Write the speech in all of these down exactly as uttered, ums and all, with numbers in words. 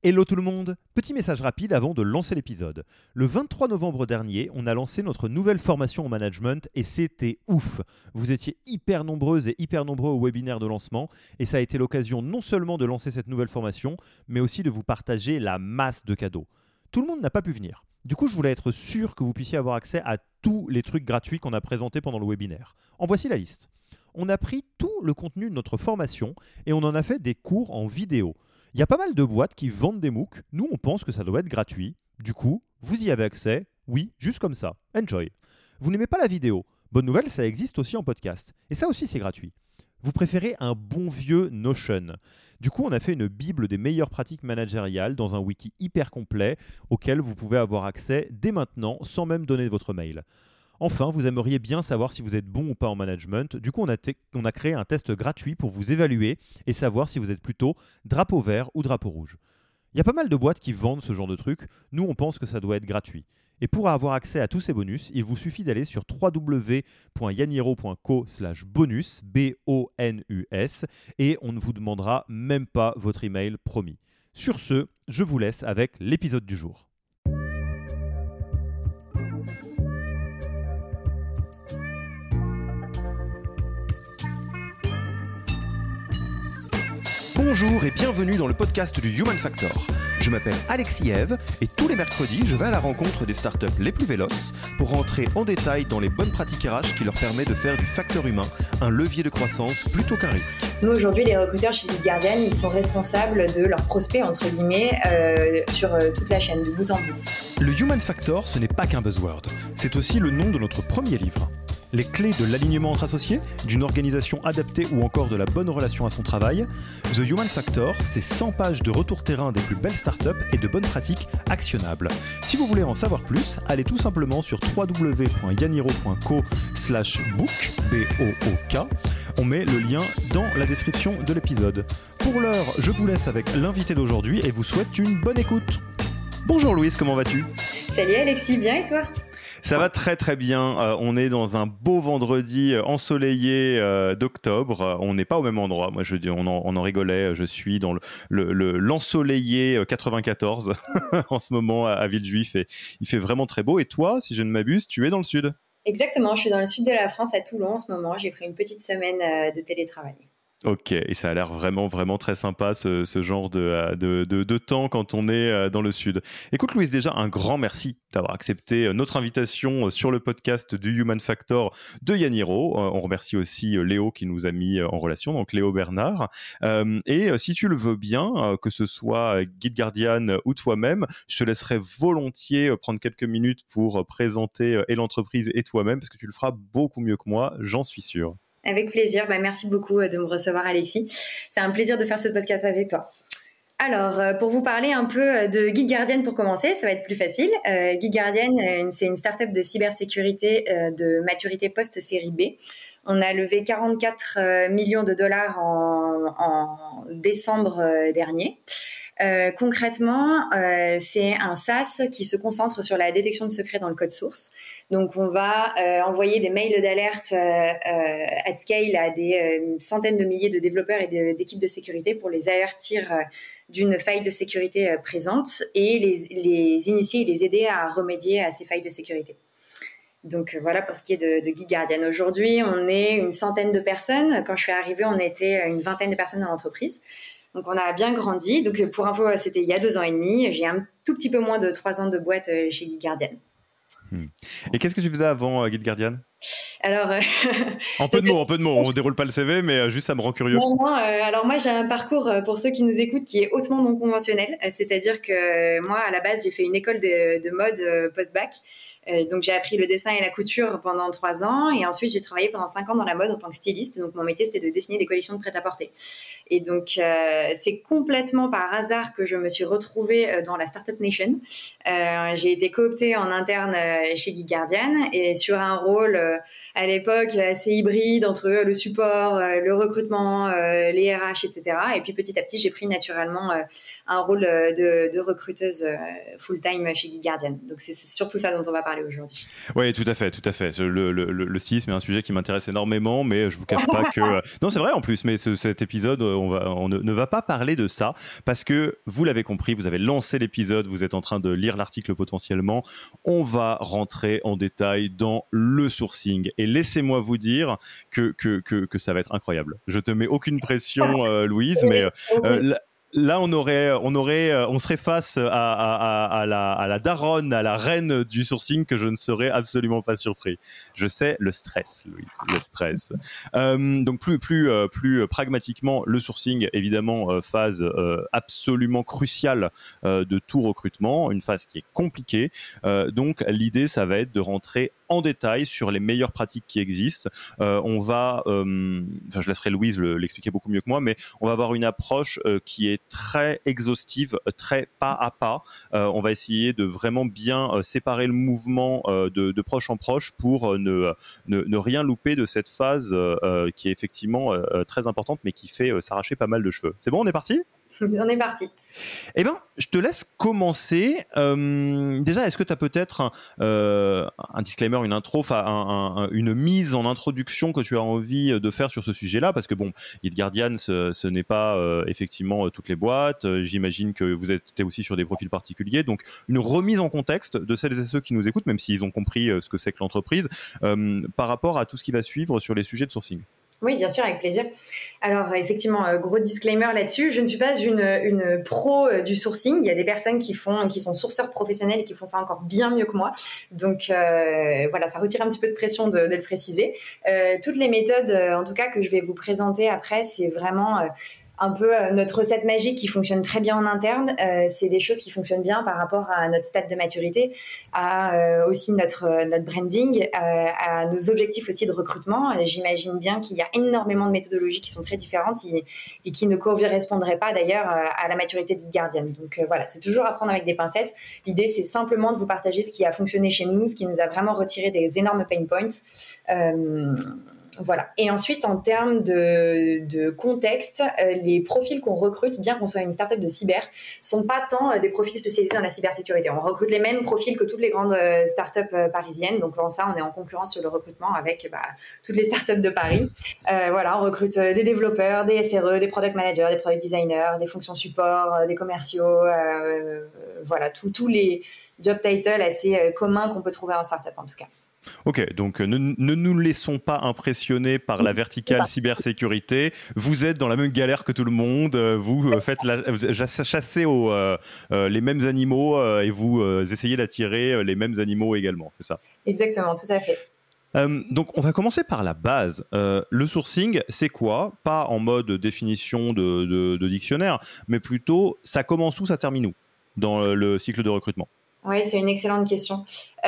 Hello tout le monde! Petit message rapide avant de lancer l'épisode. Le vingt-trois novembre dernier, on a lancé notre nouvelle formation en management et c'était ouf! Vous étiez hyper nombreuses et hyper nombreux au webinaire de lancement et ça a été l'occasion non seulement de lancer cette nouvelle formation, mais aussi de vous partager la masse de cadeaux. Tout le monde n'a pas pu venir. Du coup, je voulais être sûr que vous puissiez avoir accès à tous les trucs gratuits qu'on a présentés pendant le webinaire. En voici la liste. On a pris tout le contenu de notre formation et on en a fait des cours en vidéo. Il y a pas mal de boîtes qui vendent des MOOC. Nous, on pense que ça doit être gratuit. Du coup, vous y avez accès. Oui, juste comme ça. Enjoy. Vous n'aimez pas la vidéo? Bonne nouvelle, ça existe aussi en podcast. Et ça aussi, c'est gratuit. Vous préférez un bon vieux Notion. Du coup, on a fait une bible des meilleures pratiques managériales dans un wiki hyper complet auquel vous pouvez avoir accès dès maintenant sans même donner votre mail. Enfin, vous aimeriez bien savoir si vous êtes bon ou pas en management. Du coup, on a, te- on a créé un test gratuit pour vous évaluer et savoir si vous êtes plutôt drapeau vert ou drapeau rouge. Il y a pas mal de boîtes qui vendent ce genre de trucs. Nous, on pense que ça doit être gratuit. Et pour avoir accès à tous ces bonus, il vous suffit d'aller sur w w w point yaniro point co slash bonus, B O N U S, et on ne vous demandera même pas votre email promis. Sur ce, je vous laisse avec l'épisode du jour. Bonjour et bienvenue dans le podcast du Human Factor. Je m'appelle Alexis Eve et tous les mercredis, je vais à la rencontre des startups les plus véloces pour rentrer en détail dans les bonnes pratiques R H qui leur permettent de faire du facteur humain un levier de croissance plutôt qu'un risque. Nous, aujourd'hui, les recruteurs chez Guardian, ils sont responsables de leurs prospects, entre guillemets, euh, sur euh, toute la chaîne, de bout en bout. Le Human Factor, ce n'est pas qu'un buzzword. C'est aussi le nom de notre premier livre. Les clés de l'alignement entre associés, d'une organisation adaptée ou encore de la bonne relation à son travail. The Human Factor, c'est cent pages de retour terrain des plus belles startups et de bonnes pratiques actionnables. Si vous voulez en savoir plus, allez tout simplement sur w w w point yaniro point co slash book, B O O K. On met le lien dans la description de l'épisode. Pour l'heure, je vous laisse avec l'invité d'aujourd'hui et vous souhaite une bonne écoute. Bonjour Louise, comment vas-tu ? Salut Alexis, bien et toi ? Ça va très très bien. Euh, on est dans un beau vendredi ensoleillé euh, d'octobre. Euh, on n'est pas au même endroit. Moi, je dis, on en, on en rigolait. Je suis dans le, le, le l'ensoleillé quatre-vingt-quatorze en ce moment à, à Villejuif et il fait vraiment très beau. Et toi, si je ne m'abuse, tu es dans le sud ? Exactement. Je suis dans le sud de la France, à Toulon en ce moment. J'ai pris une petite semaine euh, de télétravail. Ok, et ça a l'air vraiment, vraiment très sympa ce, ce genre de, de, de, de temps quand on est dans le sud. Écoute Louise, déjà un grand merci d'avoir accepté notre invitation sur le podcast du Human Factor de Yaniro. On remercie aussi Léo qui nous a mis en relation, donc Léo Bernard. Et si tu le veux bien, que ce soit Guide Guardian ou toi-même, je te laisserai volontiers prendre quelques minutes pour présenter et l'entreprise et toi-même, parce que tu le feras beaucoup mieux que moi, j'en suis sûr. Avec plaisir. Bah, merci beaucoup de me recevoir, Alexis. C'est un plaisir de faire ce podcast avec toi. Alors, pour vous parler un peu de Guide Guardian pour commencer, ça va être plus facile. Euh, Guide Guardian, c'est une start-up de cybersécurité euh, de maturité post-série B. On a levé quarante-quatre millions de dollars en, en décembre dernier. Euh, concrètement, euh, c'est un SaaS qui se concentre sur la détection de secrets dans le code source. Donc, on va euh, envoyer des mails d'alerte euh, euh, at scale à des euh, centaines de milliers de développeurs et de, d'équipes de sécurité pour les avertir euh, d'une faille de sécurité euh, présente et les, les initier et les aider à remédier à ces failles de sécurité. Donc, euh, voilà pour ce qui est de, de Guide Guardian. Aujourd'hui, on est une centaine de personnes. Quand je suis arrivée, on était une vingtaine de personnes dans l'entreprise. Donc, on a bien grandi. Donc, pour info, c'était il y a deux ans et demi. J'ai un tout petit peu moins de trois ans de boîte chez Guide Guardian. Hmm. Et qu'est-ce que tu faisais avant euh, Guide Guardian ? Alors, euh, en peu de mots, en peu de mots. On déroule pas le C V, mais juste ça me rend curieux. Non, non, euh, alors moi j'ai un parcours pour ceux qui nous écoutent qui est hautement non conventionnel. C'est-à-dire que moi à la base j'ai fait une école de, de mode euh, post-bac. Euh, donc j'ai appris le dessin et la couture pendant trois ans et ensuite j'ai travaillé pendant cinq ans dans la mode en tant que styliste. Donc mon métier c'était de dessiner des collections de prêt-à-porter. Et donc euh, c'est complètement par hasard que je me suis retrouvée dans la Startup Nation. Euh, j'ai été cooptée en interne chez Guide Guardian et sur un rôle euh, à l'époque assez hybride entre le support, euh, le recrutement, euh, les R H, et cetera. Et puis petit à petit j'ai pris naturellement euh, un rôle de, de recruteuse euh, full-time chez Guide Guardian. Donc c'est, c'est surtout ça dont on va parler parler aujourd'hui. Oui, tout à fait, tout à fait. Le, le, le, le séisme est un sujet qui m'intéresse énormément, mais je vous cache pas que... Non, c'est vrai en plus, mais ce, cet épisode, on, va, on ne, ne va pas parler de ça, parce que, vous l'avez compris, vous avez lancé l'épisode, vous êtes en train de lire l'article potentiellement, on va rentrer en détail dans le sourcing. Et laissez-moi vous dire que, que, que, que ça va être incroyable. Je te mets aucune pression, euh, Louise, mais... Euh, la, Là, on aurait, on aurait, on serait face à, à, à, la, à la daronne, à la reine du sourcing, que je ne serais absolument pas surpris. Je sais le stress, Louise, le stress. euh, donc plus, plus, plus pragmatiquement, le sourcing, évidemment, phase euh, absolument cruciale euh, de tout recrutement, une phase qui est compliquée. Euh, donc l'idée, ça va être de rentrer en détail sur les meilleures pratiques qui existent. Euh, on va, euh, enfin, je laisserai Louise le, l'expliquer beaucoup mieux que moi, mais on va avoir une approche euh, qui est très exhaustive, très pas à pas. Euh, on va essayer de vraiment bien euh, séparer le mouvement euh, de, de proche en proche pour euh, ne, ne, ne rien louper de cette phase euh, qui est effectivement euh, très importante, mais qui fait euh, s'arracher pas mal de cheveux. C'est bon, on est parti ? On est parti. Eh bien, je te laisse commencer. Euh, déjà, est-ce que tu as peut-être un, euh, un disclaimer, une intro, un, un, une mise en introduction que tu as envie de faire sur ce sujet-là ? Parce que bon, GuideGuardian, ce, ce n'est pas euh, effectivement toutes les boîtes. Euh, j'imagine que vous êtes aussi sur des profils particuliers. Donc, une remise en contexte de celles et ceux qui nous écoutent, même s'ils ont compris ce que c'est que l'entreprise, euh, par rapport à tout ce qui va suivre sur les sujets de sourcing. Oui, bien sûr, avec plaisir. Alors, effectivement, euh, gros disclaimer là-dessus. Je ne suis pas une, une pro euh, du sourcing. Il y a des personnes qui font, qui sont sourceurs professionnels et qui font ça encore bien mieux que moi. Donc, euh, voilà, ça retire un petit peu de pression de, de le préciser. Euh, toutes les méthodes, euh, en tout cas, que je vais vous présenter après, c'est vraiment... Euh, un peu euh, notre recette magique qui fonctionne très bien en interne. Euh, c'est des choses qui fonctionnent bien par rapport à notre stade de maturité, à euh, aussi notre, euh, notre branding, euh, à nos objectifs aussi de recrutement. Et j'imagine bien qu'il y a énormément de méthodologies qui sont très différentes et, et qui ne correspondraient pas d'ailleurs à la maturité de GuideGuardian. Donc euh, voilà, c'est toujours à prendre avec des pincettes. L'idée, c'est simplement de vous partager ce qui a fonctionné chez nous, ce qui nous a vraiment retiré des énormes pain points. Euh, Voilà. Et ensuite, en termes de, de contexte, euh, les profils qu'on recrute, bien qu'on soit une startup de cyber, sont pas tant euh, des profils spécialisés dans la cybersécurité. On recrute les mêmes profils que toutes les grandes euh, startups euh, parisiennes. Donc, en ça, on est en concurrence sur le recrutement avec bah, toutes les startups de Paris. Euh, voilà, on recrute euh, des développeurs, des S R E, des product managers, des product designers, des fonctions support, euh, des commerciaux. Euh, voilà, tous les job titles assez euh, communs qu'on peut trouver en startup, en tout cas. Ok, donc ne, ne nous laissons pas impressionner par la verticale cybersécurité. Vous êtes dans la même galère que tout le monde. Vous faites la, vous chassez au, euh, les mêmes animaux euh, et vous euh, essayez d'attirer les mêmes animaux également, c'est ça ? Exactement, tout à fait. Euh, donc, on va commencer par la base. Euh, le sourcing, c'est quoi ? Pas en mode définition de, de, de dictionnaire, mais plutôt ça commence où, ça termine où dans le cycle de recrutement ? Oui, c'est une excellente question.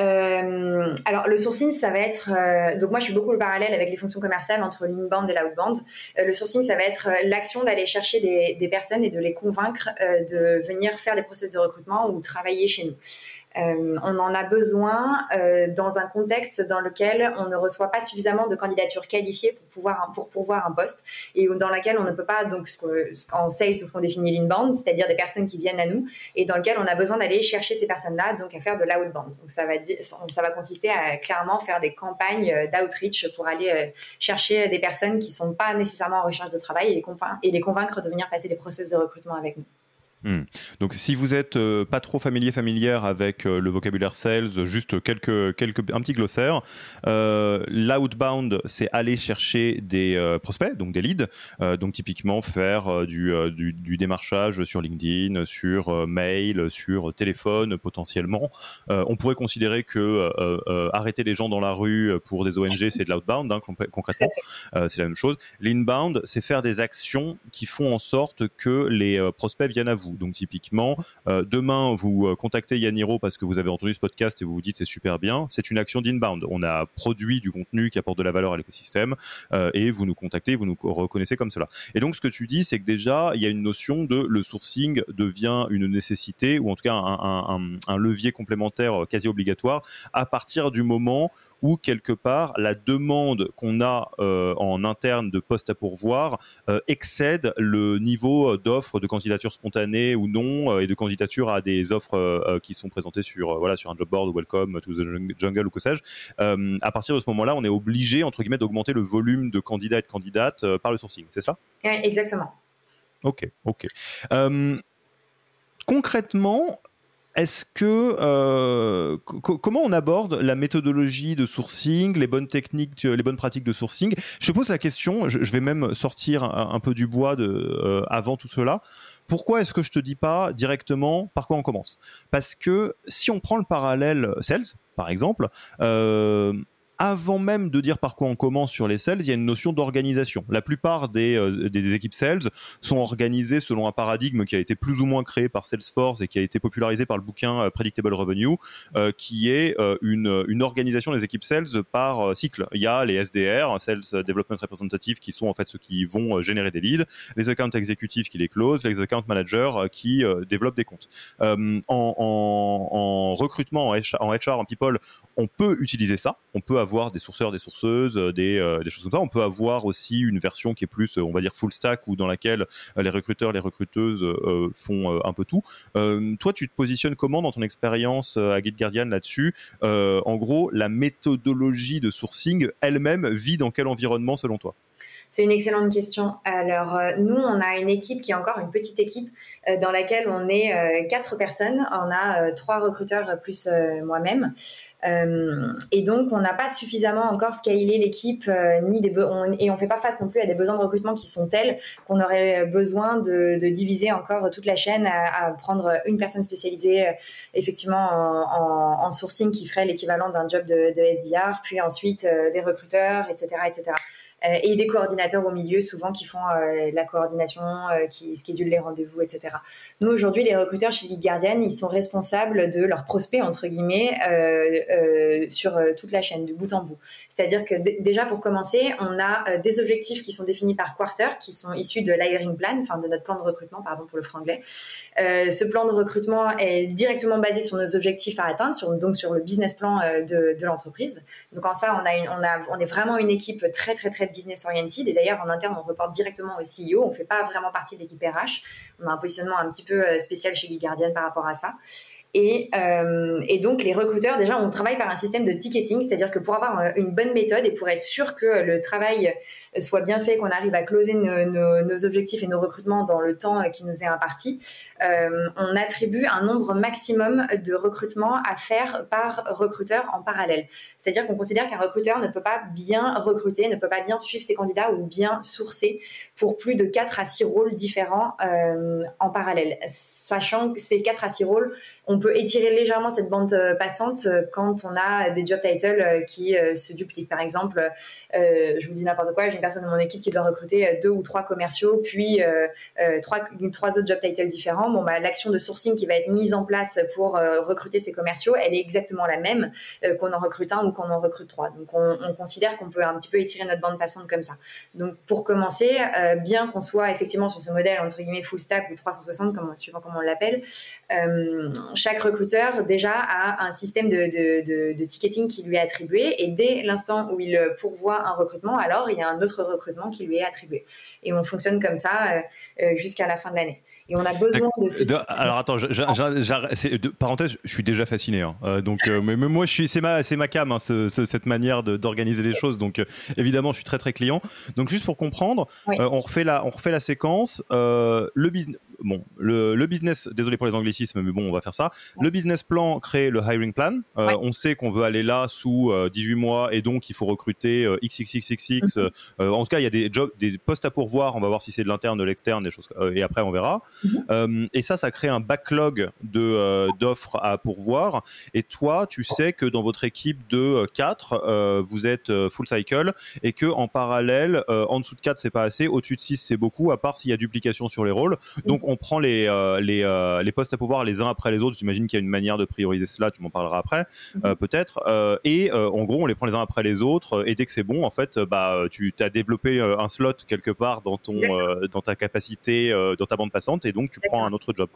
Euh, alors, le sourcing, ça va être... Euh, donc, moi, je fais beaucoup le parallèle avec les fonctions commerciales entre l'inbound et l'outbound. Euh, le sourcing, ça va être euh, l'action d'aller chercher des, des personnes et de les convaincre euh, de venir faire des process de recrutement ou travailler chez nous. Euh, on en a besoin euh, dans un contexte dans lequel on ne reçoit pas suffisamment de candidatures qualifiées pour pouvoir pour pourvoir un poste et dans laquelle on ne peut pas, donc ce qu'en sales, ce qu'on définit l'inbound, c'est-à-dire des personnes qui viennent à nous et dans lequel on a besoin d'aller chercher ces personnes-là, donc à faire de l'outbound. Donc ça va dire, ça va consister à clairement faire des campagnes d'outreach pour aller euh, chercher des personnes qui sont pas nécessairement en recherche de travail et les, convain- et les convaincre de venir passer des process de recrutement avec nous. Hmm. Donc, si vous êtes euh, pas trop familier, familière avec euh, le vocabulaire sales, juste quelques, quelques, un petit glossaire. Euh, l'outbound, c'est aller chercher des euh, prospects, donc des leads. Euh, donc, typiquement, faire euh, du, euh, du, du démarchage sur LinkedIn, sur euh, mail, sur téléphone, potentiellement. Euh, on pourrait considérer que euh, euh, arrêter les gens dans la rue pour des O N G, c'est de l'outbound, hein, concrètement. Euh, c'est la même chose. L'inbound, c'est faire des actions qui font en sorte que les euh, prospects viennent à vous. Donc typiquement, euh, demain, vous euh, contactez Yaniro parce que vous avez entendu ce podcast et vous vous dites c'est super bien. C'est une action d'inbound. On a produit du contenu qui apporte de la valeur à l'écosystème euh, et vous nous contactez, vous nous reconnaissez comme cela. Et donc ce que tu dis, c'est que déjà, il y a une notion de le sourcing devient une nécessité ou en tout cas un, un, un, un levier complémentaire quasi obligatoire à partir du moment où quelque part la demande qu'on a euh, en interne de postes à pourvoir euh, excède le niveau d'offre de candidature spontanée spontanées ou non, euh, et de candidature à des offres euh, qui sont présentées sur, euh, voilà, sur un job board ou Welcome to the Jungle ou que sais-je. Euh, à partir de ce moment-là, on est obligé, entre guillemets, d'augmenter le volume de candidats et de candidates euh, par le sourcing, c'est ça ? Oui, exactement. Ok, ok. Euh, concrètement, est-ce que euh, co- comment on aborde la méthodologie de sourcing, les bonnes techniques, les bonnes pratiques de sourcing ? Je pose la question, je, je vais même sortir un, un peu du bois de, euh, avant tout cela. Pourquoi est-ce que je te dis pas directement par quoi on commence ? Parce que si on prend le parallèle sales, par exemple, euh, avant même de dire par quoi on commence sur les sales, il y a une notion d'organisation. La plupart des, euh, des équipes sales sont organisées selon un paradigme qui a été plus ou moins créé par Salesforce et qui a été popularisé par le bouquin euh, Predictable Revenue, euh, qui est euh, une, une organisation des équipes sales par euh, cycle. Il y a les S D R, Sales Development Representatives, qui sont en fait ceux qui vont euh, générer des leads, les account exécutifs qui les closent, les account managers euh, qui euh, développent des comptes. Euh, en, en, en recrutement, en H R, en H R, en people, on peut utiliser ça. On peut avoir des sourceurs, des sourceuses, des, euh, des choses comme ça. On peut avoir aussi une version qui est plus, on va dire, full stack, ou dans laquelle euh, les recruteurs, les recruteuses euh, font euh, un peu tout. Euh, toi, tu te positionnes comment dans ton expérience euh, à GuideGuardian là-dessus ? euh, En gros, la méthodologie de sourcing elle-même vit dans quel environnement selon toi ? C'est une excellente question. Alors, euh, nous, on a une équipe qui est encore une petite équipe euh, dans laquelle on est euh, quatre personnes. On a euh, trois recruteurs plus euh, moi-même. Euh, et donc, on n'a pas suffisamment encore scalé l'équipe euh, ni des be- on, et on ne fait pas face non plus à des besoins de recrutement qui sont tels qu'on aurait besoin de, de diviser encore toute la chaîne à, à prendre une personne spécialisée euh, effectivement en, en, en sourcing qui ferait l'équivalent d'un job de, de S D R, puis ensuite euh, des recruteurs, et cetera, et cetera. Euh, et des coordinateurs au milieu, souvent qui font euh, la coordination, euh, qui schedulent les rendez-vous, et cetera. Nous, aujourd'hui, les recruteurs chez GuideGuardian, ils sont responsables de leurs prospects, entre guillemets, euh, euh, sur euh, toute la chaîne, de bout en bout. C'est-à-dire que d- déjà, pour commencer, on a euh, des objectifs qui sont définis par quarter, qui sont issus de l'hiring plan, enfin de notre plan de recrutement, pardon pour le franglais. Euh, ce plan de recrutement est directement basé sur nos objectifs à atteindre, sur, donc sur le business plan euh, de, de l'entreprise. Donc en ça, on, a une, on, a, on est vraiment une équipe très, très, très business oriented. Et d'ailleurs, en interne, on reporte directement au C E O. On ne fait pas vraiment partie de l'équipe R H. On a un positionnement un petit peu spécial chez GuideGuardian par rapport à ça. Et, euh, et donc, les recruteurs, déjà, on travaille par un système de ticketing, c'est-à-dire que pour avoir une bonne méthode et pour être sûr que le travail soit bien fait, qu'on arrive à closer nos, nos, nos objectifs et nos recrutements dans le temps qui nous est imparti, euh, on attribue un nombre maximum de recrutements à faire par recruteur en parallèle. C'est-à-dire qu'on considère qu'un recruteur ne peut pas bien recruter, ne peut pas bien suivre ses candidats ou bien sourcer pour plus de quatre à six rôles différents euh, en parallèle. Sachant que ces quatre à six rôles, on peut étirer légèrement cette bande passante quand on a des job titles qui se dupliquent. Par exemple, euh, je vous dis n'importe quoi, j'ai une personne de mon équipe qui doit recruter deux ou trois commerciaux, puis euh, euh, trois, trois autres job titles différents. Bon, bah, l'action de sourcing qui va être mise en place pour euh, recruter ces commerciaux, elle est exactement la même euh, qu'on en recrute un ou qu'on en recrute trois. Donc, on, on considère qu'on peut un petit peu étirer notre bande passante comme ça. Donc, pour commencer, euh, bien qu'on soit effectivement sur ce modèle, entre guillemets, full stack ou trois cent soixante, comme, suivant comment on l'appelle, euh, chaque recruteur déjà a un système de, de, de, de ticketing qui lui est attribué, et dès l'instant où il pourvoit un recrutement, alors il y a un autre recrutement qui lui est attribué. Et on fonctionne comme ça euh, jusqu'à la fin de l'année. Et on a besoin de ce de, alors attends, je, je, je, c'est, de, parenthèse, je suis déjà fasciné. Hein. Euh, donc, euh, mais, mais moi, je suis, c'est ma, c'est ma cam, hein, ce, ce, cette manière de, d'organiser les choses. Donc, euh, évidemment, je suis très très client. Donc, juste pour comprendre, oui. euh, on refait la, on refait la séquence. Euh, le business, bon, le, le business. Désolé pour les anglicismes, mais bon, on va faire ça. Ouais. Le business plan crée le hiring plan. Euh, ouais. On sait qu'on veut aller là sous euh, dix-huit mois, et donc il faut recruter euh, X X X X X. Mm-hmm. Euh, en tout cas, il y a des jobs, des postes à pourvoir. On va voir si c'est de l'interne, de l'externe, des choses. Euh, et après, on verra. Mm-hmm. Euh, et ça, ça crée un backlog de, euh, d'offres à pourvoir. Et toi, tu sais que dans votre équipe de quatre, euh, vous êtes euh, full cycle, et que en parallèle, euh, en dessous de quatre, c'est pas assez. Au-dessus de six, c'est beaucoup, à part s'il y a duplication sur les rôles. Donc, on prend les, euh, les, euh, les postes à pourvoir les uns après les autres. J'imagine qu'il y a une manière de prioriser cela. Tu m'en parleras après, euh, peut-être. Euh, et euh, en gros, on les prend les uns après les autres. Et dès que c'est bon, en fait, bah, tu as développé un slot quelque part dans, ton, euh, dans ta capacité, euh, dans ta bande passante. Et donc, tu prends un autre job, quoi.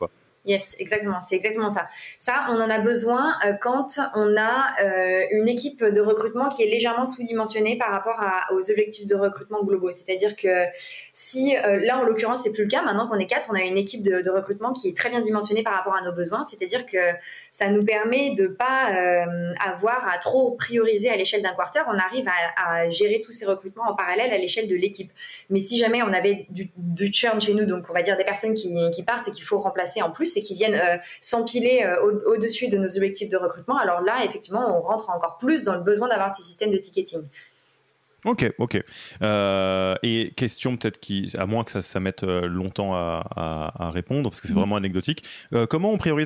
Yes, exactement. C'est exactement ça. Ça, on en a besoin euh, quand on a euh, une équipe de recrutement qui est légèrement sous-dimensionnée par rapport à, aux objectifs de recrutement globaux. C'est-à-dire que si, euh, là, en l'occurrence, c'est plus le cas. Maintenant qu'on est quatre, on a une équipe de, de recrutement qui est très bien dimensionnée par rapport à nos besoins. C'est-à-dire que ça nous permet de pas euh, avoir à trop prioriser à l'échelle d'un quarter. On arrive à, à gérer tous ces recrutements en parallèle à l'échelle de l'équipe. Mais si jamais on avait du, du churn chez nous, donc on va dire des personnes qui, qui partent et qu'il faut remplacer en plus, et qui viennent euh, s'empiler euh, au- au-dessus de nos objectifs de recrutement, alors là, effectivement, on rentre encore plus dans le besoin d'avoir ce système de ticketing. Ok, ok. Euh, et question peut-être qui, à moins que ça, ça mette longtemps à, à, à répondre, parce que c'est vraiment anecdotique, euh, comment on priorise ?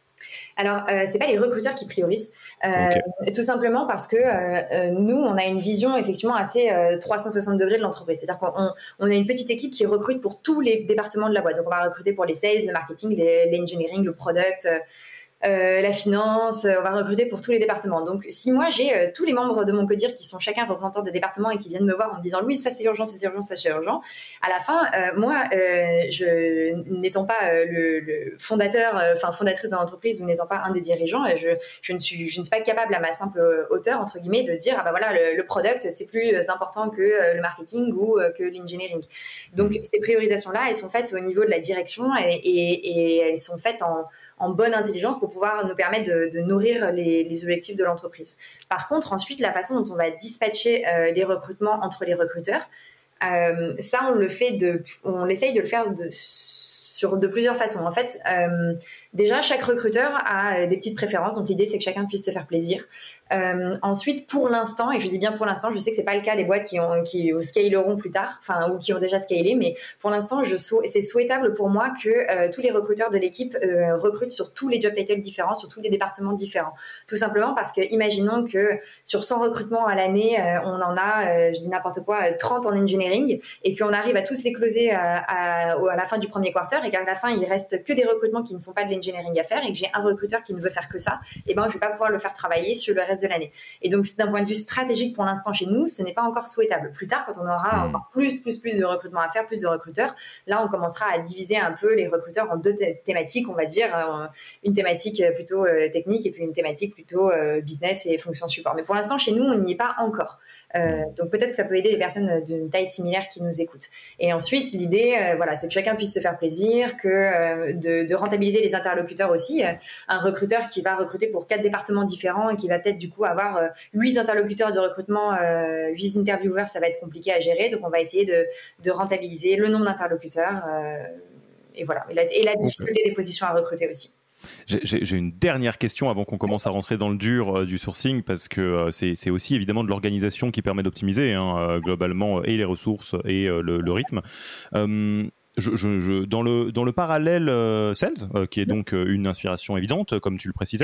Alors, euh, c'est pas les recruteurs qui priorisent, euh, okay. tout simplement parce que euh, nous, on a une vision effectivement assez euh, trois cent soixante degrés de l'entreprise. C'est-à-dire qu'on on a une petite équipe qui recrute pour tous les départements de la boîte. Donc, on va recruter pour les sales, le marketing, l'engineering, le product, euh, Euh, la finance, euh, on va recruter pour tous les départements. Donc, si moi, j'ai euh, tous les membres de mon codir qui sont chacun représentants des départements et qui viennent me voir en me disant « Oui, ça c'est urgent, ça c'est urgent, ça c'est urgent », à la fin, euh, moi, euh, je, n'étant pas euh, le, le fondateur, enfin euh, fondatrice de l'entreprise ou n'étant pas un des dirigeants, je, je, ne suis, je ne suis pas capable à ma simple hauteur, entre guillemets, de dire « Ah bah voilà, le, le product, c'est plus important que euh, le marketing ou euh, que l'engineering ». Donc, ces priorisations-là, elles sont faites au niveau de la direction et, et, et elles sont faites en en bonne intelligence pour pouvoir nous permettre de, de nourrir les, les objectifs de l'entreprise. Par contre, ensuite, la façon dont on va dispatcher euh, les recrutements entre les recruteurs, euh, ça, on le fait de, on essaye de le faire de, sur de plusieurs façons. En fait, euh, déjà, chaque recruteur a des petites préférences. Donc, l'idée, c'est que chacun puisse se faire plaisir. Euh, ensuite, pour l'instant, et je dis bien pour l'instant, je sais que c'est pas le cas des boîtes qui ont qui scaleront plus tard, enfin ou qui ont déjà scalé, mais pour l'instant, je sou- c'est souhaitable pour moi que euh, tous les recruteurs de l'équipe euh, recrutent sur tous les job titles différents, sur tous les départements différents. Tout simplement parce que, imaginons que sur cent recrutements à l'année, euh, on en a, euh, je dis n'importe quoi, trente en engineering, et qu'on arrive à tous les closer à, à, à la fin du premier quarter, et qu'à la fin, il reste que des recrutements qui ne sont pas de l'engineering à faire, et que j'ai un recruteur qui ne veut faire que ça, et ben je vais pas pouvoir le faire travailler sur le reste de l'année. Et donc, d'un point de vue stratégique, pour l'instant, chez nous, ce n'est pas encore souhaitable. Plus tard, quand on aura encore plus, plus, plus de recrutement à faire, plus de recruteurs, là, on commencera à diviser un peu les recruteurs en deux thé- thématiques, on va dire, euh, une thématique plutôt euh, technique et puis une thématique plutôt euh, business et fonction support. Mais pour l'instant, chez nous, on n'y est pas encore. Euh, donc, peut-être que ça peut aider les personnes d'une taille similaire qui nous écoutent. Et ensuite, l'idée, euh, voilà, c'est que chacun puisse se faire plaisir, que euh, de, de rentabiliser les interlocuteurs aussi. Euh, un recruteur qui va recruter pour quatre départements différents et qui va peut-être du coup avoir euh, huit interlocuteurs de recrutement, euh, huit interviewers, ça va être compliqué à gérer. Donc, on va essayer de, de rentabiliser le nombre d'interlocuteurs. Euh, et voilà. Et la, et la difficulté okay. des positions à recruter aussi. J'ai, j'ai une dernière question avant qu'on commence à rentrer dans le dur euh, du sourcing, parce que euh, c'est, c'est aussi évidemment de l'organisation qui permet d'optimiser hein, euh, globalement et les ressources et euh, le, le rythme. Euh, Je, je, je, dans, le, dans le parallèle euh, sales, euh, qui est donc euh, une inspiration évidente, comme tu le précisais,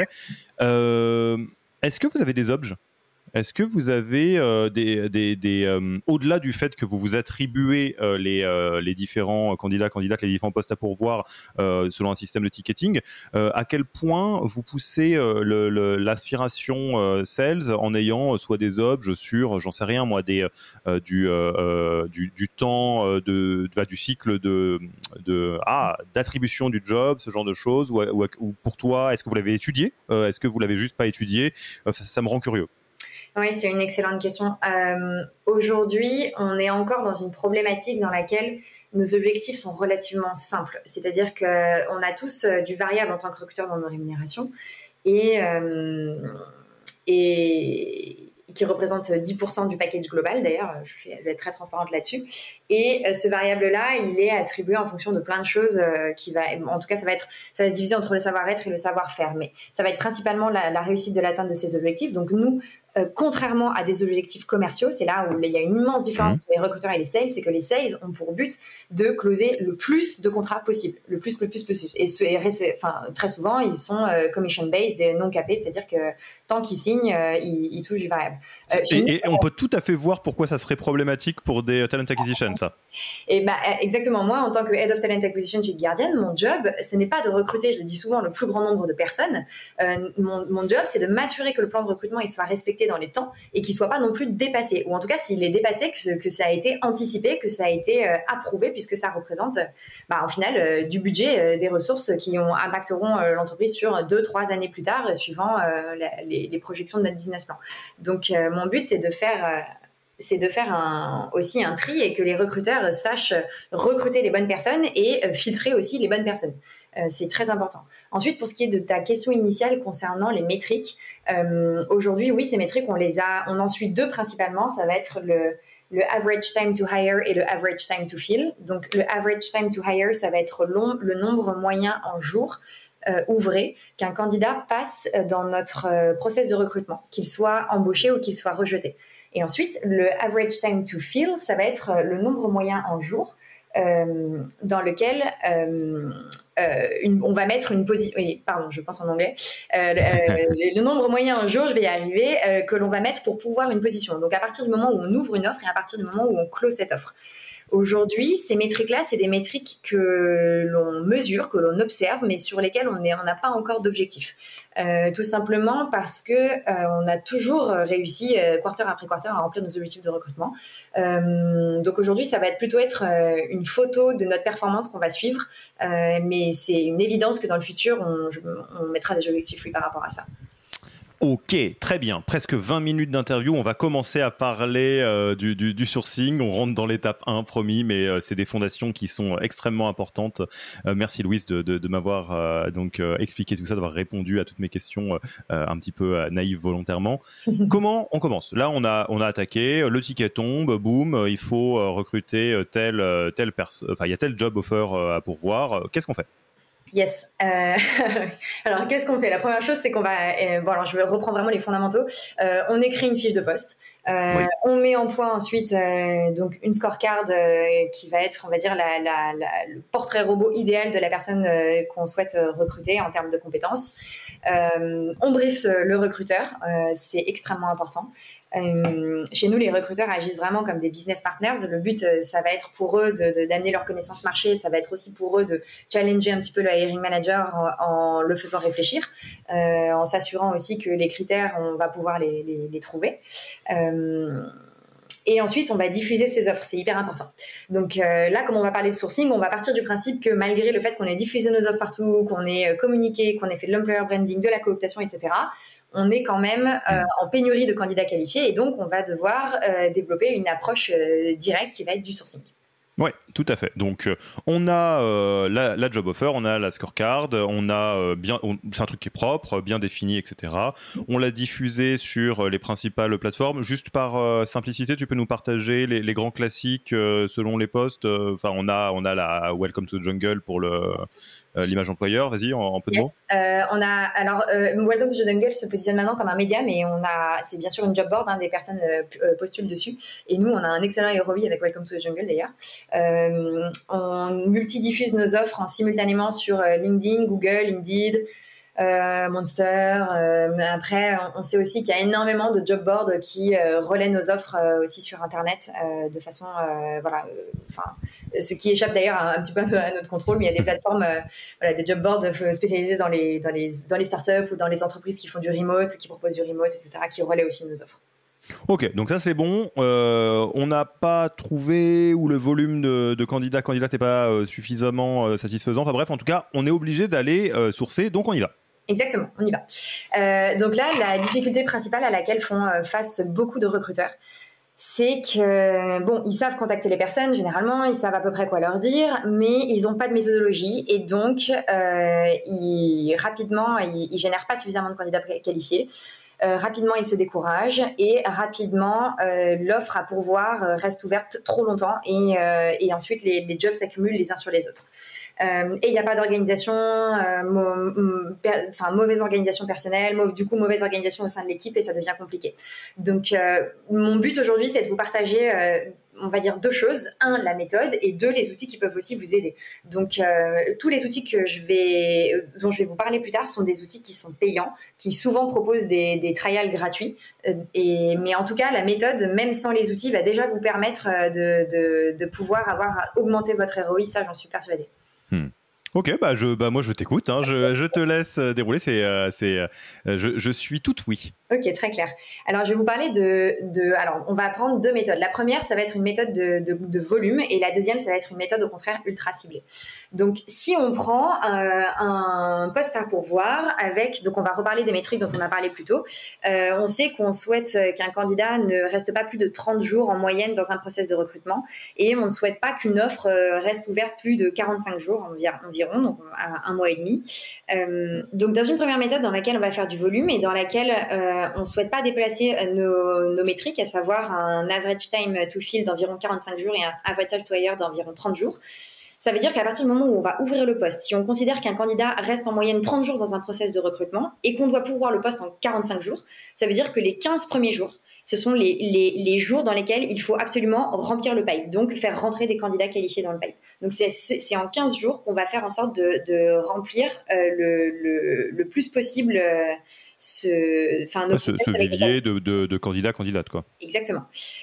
euh, est-ce que vous avez des objets ? Est-ce que vous avez euh, des, des, des euh, au-delà du fait que vous vous attribuez euh, les, euh, les différents candidats, candidates, les différents postes à pourvoir euh, selon un système de ticketing, euh, à quel point vous poussez euh, le, le, l'aspiration euh, sales en ayant euh, soit des objets sur, j'en sais rien moi, des, euh, du, euh, du, du temps, euh, de, de, du cycle de, de, ah, d'attribution du job, ce genre de choses, ou, ou, ou pour toi, est-ce que vous l'avez étudié euh, Est-ce que vous l'avez juste pas étudié euh, ça, ça me rend curieux. Oui, c'est une excellente question. Euh, aujourd'hui, on est encore dans une problématique dans laquelle nos objectifs sont relativement simples. C'est-à-dire qu'on a tous du variable en tant que recruteur dans nos rémunérations et, euh, et qui représente dix pour cent du package global. D'ailleurs, je vais être très transparente là-dessus. Et ce variable-là, il est attribué en fonction de plein de choses qui va, en tout cas, ça va être, ça va se diviser entre le savoir-être et le savoir-faire. Mais ça va être principalement la, la réussite de l'atteinte de ces objectifs. Donc, nous, Euh, contrairement à des objectifs commerciaux, c'est là où il y a une immense différence mmh. entre les recruteurs et les sales, c'est que les sales ont pour but de closer le plus de contrats possible, le plus, le plus possible. Et, et enfin, très souvent, ils sont euh, commission-based et non capés, c'est-à-dire que tant qu'ils signent, euh, ils, ils touchent du variable. Euh, et, nous, et on peut tout à fait voir pourquoi ça serait problématique pour des talent acquisition, ça. Et bah, exactement. Moi, en tant que Head of Talent Acquisition chez Guardian, mon job, ce n'est pas de recruter, je le dis souvent, le plus grand nombre de personnes. Euh, mon, mon job, c'est de m'assurer que le plan de recrutement il soit respecté respecté dans les temps et qu'il ne soit pas non plus dépassé. Ou en tout cas, s'il est dépassé, que, que ça a été anticipé, que ça a été euh, approuvé, puisque ça représente, bah, au final, euh, du budget, euh, des ressources qui ont, impacteront euh, l'entreprise sur deux, trois années plus tard, euh, suivant euh, la, les, les projections de notre business plan. Donc, euh, mon but, c'est de faire... Euh, c'est de faire un, aussi un tri et que les recruteurs sachent recruter les bonnes personnes et euh, filtrer aussi les bonnes personnes. Euh, c'est très important. Ensuite, pour ce qui est de ta question initiale concernant les métriques, euh, aujourd'hui, oui, ces métriques, on les a, on en suit deux principalement. Ça va être le, le average time to hire et le average time to fill. Donc, le average time to hire, ça va être long, le nombre moyen en jours Euh, ouvré qu'un candidat passe dans notre euh, process de recrutement, qu'il soit embauché ou qu'il soit rejeté. Et ensuite, le average time to fill, ça va être le nombre moyen en jours euh, dans lequel euh, euh, une, on va mettre une position... Oui, pardon, je pense en anglais. Euh, euh, le nombre moyen en jours, je vais y arriver, euh, que l'on va mettre pour pouvoir une position. Donc, à partir du moment où on ouvre une offre et à partir du moment où on close cette offre. Aujourd'hui, ces métriques-là, c'est des métriques que l'on mesure, que l'on observe, mais sur lesquelles on n'a pas encore d'objectif. Euh, tout simplement parce que euh, on a toujours réussi, euh, quarter après quarter, à remplir nos objectifs de recrutement. Euh, donc aujourd'hui, ça va être plutôt être euh, une photo de notre performance qu'on va suivre, euh, mais c'est une évidence que dans le futur, on, on mettra des objectifs, oui, par rapport à ça. Ok, très bien. Presque vingt minutes d'interview. On va commencer à parler euh, du, du, du sourcing. On rentre dans l'étape un, promis, mais euh, c'est des fondations qui sont extrêmement importantes. Euh, merci Louise de, de, de m'avoir euh, donc euh, expliqué tout ça, d'avoir répondu à toutes mes questions euh, un petit peu euh, naïves volontairement. Comment on commence ? Là, on a, on a attaqué, le ticket tombe, boum, il faut euh, recruter tel, tel perso- enfin, il y a tel job offer euh, à pourvoir. Qu'est-ce qu'on fait ? Yes. Euh, alors, qu'est-ce qu'on fait ? La première chose, c'est qu'on va... Euh, bon, alors, je vais reprendre vraiment les fondamentaux. Euh, on écrit une fiche de poste. Euh, oui. On met en point ensuite euh, donc une scorecard euh, qui va être, on va dire, la, la, la, le portrait robot idéal de la personne euh, qu'on souhaite recruter en termes de compétences. Euh, on brief le recruteur. Euh, c'est extrêmement important. Euh, chez nous, les recruteurs agissent vraiment comme des business partners. Le but, euh, ça va être pour eux de, de, d'amener leurs connaissances marché. Ça va être aussi pour eux de challenger un petit peu le hiring manager en, en le faisant réfléchir, euh, en s'assurant aussi que les critères, on va pouvoir les, les, les trouver. Euh, Et ensuite, on va diffuser ces offres. C'est hyper important. Donc euh, là, comme on va parler de sourcing, on va partir du principe que malgré le fait qu'on ait diffusé nos offres partout, qu'on ait euh, communiqué, qu'on ait fait de l'employer branding, de la cooptation, et cetera, on est quand même euh, en pénurie de candidats qualifiés et donc on va devoir euh, développer une approche euh, directe qui va être du sourcing. Oui, tout à fait. Donc, euh, on a euh, la, la job offer, on a la scorecard, on a euh, bien, on, c'est un truc qui est propre, bien défini, et cetera. On l'a diffusé sur les principales plateformes. Juste par euh, simplicité, tu peux nous partager les, les grands classiques euh, selon les postes. Enfin, on a, on a la Welcome to the Jungle pour le euh, l'image employeur. Vas-y, en, en peu de yes. mots. Euh, on a alors euh, Welcome to the Jungle se positionne maintenant comme un média, mais on a, c'est bien sûr une job board, hein, des personnes euh, postulent dessus. Et nous, on a un excellent R O I avec Welcome to the Jungle d'ailleurs. Euh, on multidiffuse nos offres en simultanément sur euh, LinkedIn, Google, Indeed, euh, Monster. Euh, après, on, on sait aussi qu'il y a énormément de job boards qui euh, relaient nos offres euh, aussi sur Internet euh, de façon, euh, voilà, enfin, euh, ce qui échappe d'ailleurs un, un petit peu à notre contrôle, mais il y a des plateformes, euh, voilà, des job boards spécialisés dans les, dans les, dans les startups ou dans les entreprises qui font du remote, qui proposent du remote, et cetera, qui relaient aussi nos offres. Ok, donc ça c'est bon. Euh, on n'a pas trouvé où le volume de, de candidats candidates n'est pas euh, suffisamment euh, satisfaisant. Enfin bref, en tout cas, on est obligé d'aller euh, sourcer, donc on y va. Exactement, on y va. Euh, donc là, la difficulté principale à laquelle font euh, face beaucoup de recruteurs, c'est que, bon, ils savent contacter les personnes, généralement, ils savent à peu près quoi leur dire, mais ils n'ont pas de méthodologie et donc, euh, ils, rapidement, ils ne génèrent pas suffisamment de candidats qualifiés. Euh, rapidement, ils se découragent et rapidement, euh, l'offre à pourvoir euh, reste ouverte trop longtemps et, euh, et ensuite, les, les jobs s'accumulent les uns sur les autres. Euh, et il n'y a pas d'organisation, euh, mo- per- enfin mauvaise organisation personnelle, mau- du coup mauvaise organisation au sein de l'équipe et ça devient compliqué. Donc euh, mon but aujourd'hui, c'est de vous partager, euh, on va dire deux choses. Un, la méthode et deux, les outils qui peuvent aussi vous aider. Donc euh, tous les outils que je vais, dont je vais vous parler plus tard sont des outils qui sont payants, qui souvent proposent des, des trials gratuits. Euh, et, mais en tout cas, la méthode, même sans les outils, va déjà vous permettre de, de, de pouvoir avoir augmenté votre R O I. Ça, j'en suis persuadée. Hmm. Ok, bah, je, bah moi je t'écoute, hein. je, je te laisse dérouler, c'est, euh, c'est, euh, je, je suis tout oui. Ok, très clair. Alors, je vais vous parler de, de... Alors, on va prendre deux méthodes. La première, ça va être une méthode de, de, de volume et la deuxième, ça va être une méthode, au contraire, ultra ciblée. Donc, si on prend euh, un poste à pourvoir avec... Donc, on va reparler des métriques dont on a parlé plus tôt. Euh, on sait qu'on souhaite qu'un candidat ne reste pas plus de trente jours en moyenne dans un process de recrutement et on ne souhaite pas qu'une offre reste ouverte plus de quarante-cinq jours environ, donc à un mois et demi. Euh, donc, dans une première méthode dans laquelle on va faire du volume et dans laquelle... Euh, on ne souhaite pas déplacer nos, nos métriques, à savoir un average time to fill d'environ quarante-cinq jours et un average to hire d'environ trente jours. Ça veut dire qu'à partir du moment où on va ouvrir le poste, si on considère qu'un candidat reste en moyenne trente jours dans un process de recrutement et qu'on doit pourvoir le poste en quarante-cinq jours, ça veut dire que les quinze premiers jours, ce sont les, les, les jours dans lesquels il faut absolument remplir le pipe, donc faire rentrer des candidats qualifiés dans le pipe. Donc c'est, c'est en quinze jours qu'on va faire en sorte de, de remplir euh, le, le, le plus possible euh, ce, enfin, ouais, ce, ce vivier de, de, de candidats, candidates, quoi. Exactement.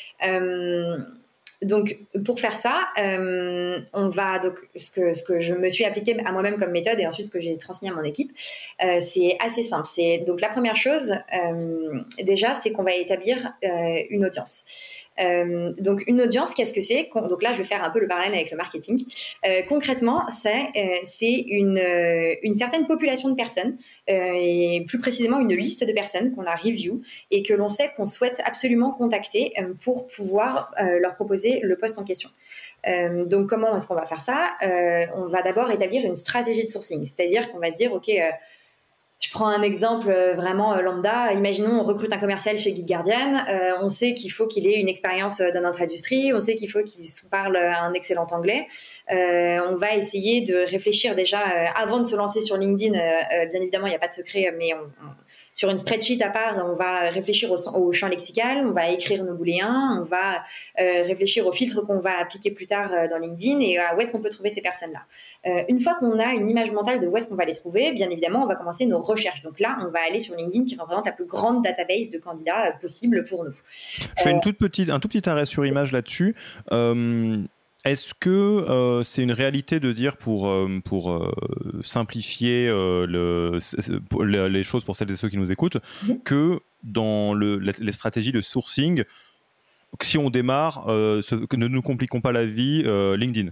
Euh, donc, pour faire ça, euh, on va donc ce que ce que je me suis appliqué à moi-même comme méthode et ensuite ce que j'ai transmis à mon équipe, euh, c'est assez simple. C'est donc la première chose euh, déjà, c'est qu'on va établir euh, une audience. Euh, donc une audience, qu'est-ce que c'est? Donc là, je vais faire un peu le parallèle avec le marketing. Euh, concrètement, c'est euh, c'est une euh, une certaine population de personnes euh, et plus précisément une liste de personnes qu'on a review et que l'on sait qu'on souhaite absolument contacter euh, pour pouvoir euh, leur proposer le poste en question. Euh, donc comment est-ce qu'on va faire ça? euh, On va d'abord établir une stratégie de sourcing, c'est-à-dire qu'on va se dire ok. Euh, Je prends un exemple vraiment lambda. Imaginons, on recrute un commercial chez Guide Guardian. Euh, on sait qu'il faut qu'il ait une expérience dans notre industrie. On sait qu'il faut qu'il parle un excellent anglais. Euh, on va essayer de réfléchir déjà euh, avant de se lancer sur LinkedIn. Euh, bien évidemment, il n'y a pas de secret, mais on, on, sur une spreadsheet à part, on va réfléchir au, au champ lexical. On va écrire nos booléens. On va euh, réfléchir aux filtres qu'on va appliquer plus tard euh, dans LinkedIn et à où est-ce qu'on peut trouver ces personnes-là. Euh, une fois qu'on a une image mentale de où est-ce qu'on va les trouver, bien évidemment, on va commencer nos recherches. Donc là, on va aller sur LinkedIn qui représente la plus grande database de candidats euh, possible pour nous. Je fais une toute petite, un tout petit arrêt sur image là-dessus. Euh, est-ce que euh, c'est une réalité de dire, pour, euh, pour euh, simplifier euh, le, pour les choses pour celles et ceux qui nous écoutent, mmh. que dans le, les stratégies de sourcing, si on démarre, euh, ce, que ne nous compliquons pas la vie, euh, LinkedIn?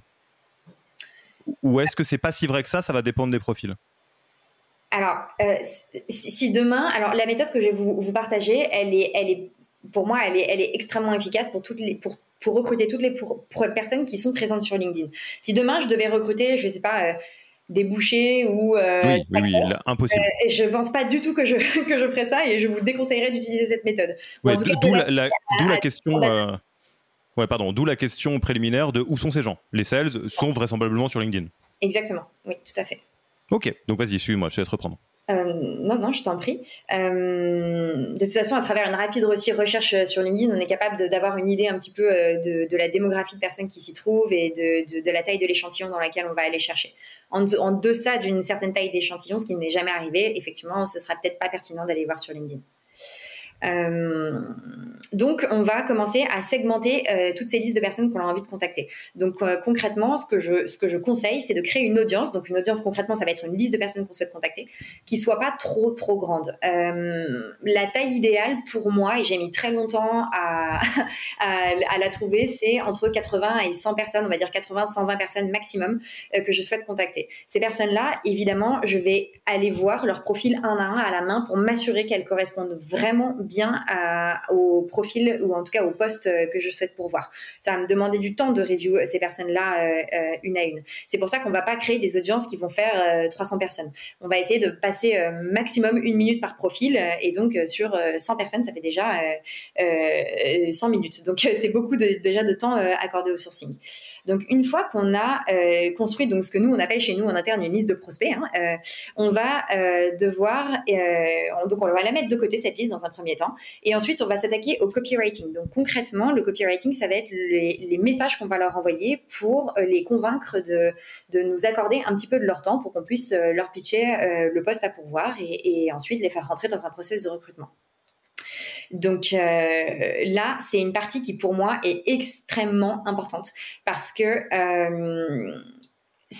Ou est-ce que c'est pas si vrai que ça, ça va dépendre des profils? Alors, euh, si, si demain, alors la méthode que je vais vous, vous partager, elle est, elle est, pour moi, elle est, elle est extrêmement efficace pour toutes les, pour, pour recruter toutes les pour, pour personnes qui sont présentes sur LinkedIn. Si demain je devais recruter, je sais pas, euh, des bouchers ou euh, oui, oui, oui, là, impossible. Euh, je pense pas du tout que je que je ferais ça et je vous déconseillerais d'utiliser cette méthode. Ouais, d'où la, la, à, la question. Euh... Ouais, pardon. D'où la question préliminaire de où sont ces gens? Les sales sont vraisemblablement sur LinkedIn. Exactement. Oui, tout à fait. Ok, donc vas-y, suis-moi, je te laisse reprendre. Euh, non, non, je t'en prie. Euh, de toute façon, à travers une rapide aussi recherche sur LinkedIn, on est capable de, d'avoir une idée un petit peu de, de la démographie de personnes qui s'y trouvent et de, de, de la taille de l'échantillon dans laquelle on va aller chercher. En, en deçà d'une certaine taille d'échantillon, ce qui n'est jamais arrivé, effectivement, ce sera peut-être pas pertinent d'aller voir sur LinkedIn. Euh, donc, on va commencer à segmenter euh, toutes ces listes de personnes qu'on a envie de contacter. Donc, euh, concrètement, ce que je ce que je conseille, c'est de créer une audience. Donc, une audience concrètement, ça va être une liste de personnes qu'on souhaite contacter, qui soit pas trop trop grande. Euh, la taille idéale pour moi, et j'ai mis très longtemps à à, à la trouver, c'est entre quatre-vingts et cent personnes. On va dire quatre-vingts, cent vingt personnes maximum euh, que je souhaite contacter. Ces personnes-là, évidemment, je vais aller voir leur profil un à un à la main pour m'assurer qu'elles correspondent vraiment bien à, au profil ou en tout cas au poste que je souhaite pourvoir. Ça va me demander du temps de review ces personnes-là euh, euh, une à une. C'est pour ça qu'on ne va pas créer des audiences qui vont faire euh, trois cents personnes. On va essayer de passer euh, maximum une minute par profil euh, et donc euh, sur euh, cent personnes, ça fait déjà euh, euh, cent minutes. Donc euh, c'est beaucoup de, déjà de temps euh, accordé au sourcing. Donc une fois qu'on a euh, construit donc ce que nous on appelle chez nous en interne une liste de prospects, hein, euh, on va euh, devoir euh, donc on va la mettre de côté cette liste dans un premier temps. Et ensuite, on va s'attaquer au copywriting. Donc, concrètement, le copywriting, ça va être les, les messages qu'on va leur envoyer pour euh, les convaincre de, de nous accorder un petit peu de leur temps pour qu'on puisse euh, leur pitcher euh, le poste à pourvoir et, et ensuite les faire rentrer dans un process de recrutement. Donc euh, là, c'est une partie qui, pour moi, est extrêmement importante parce que euh, si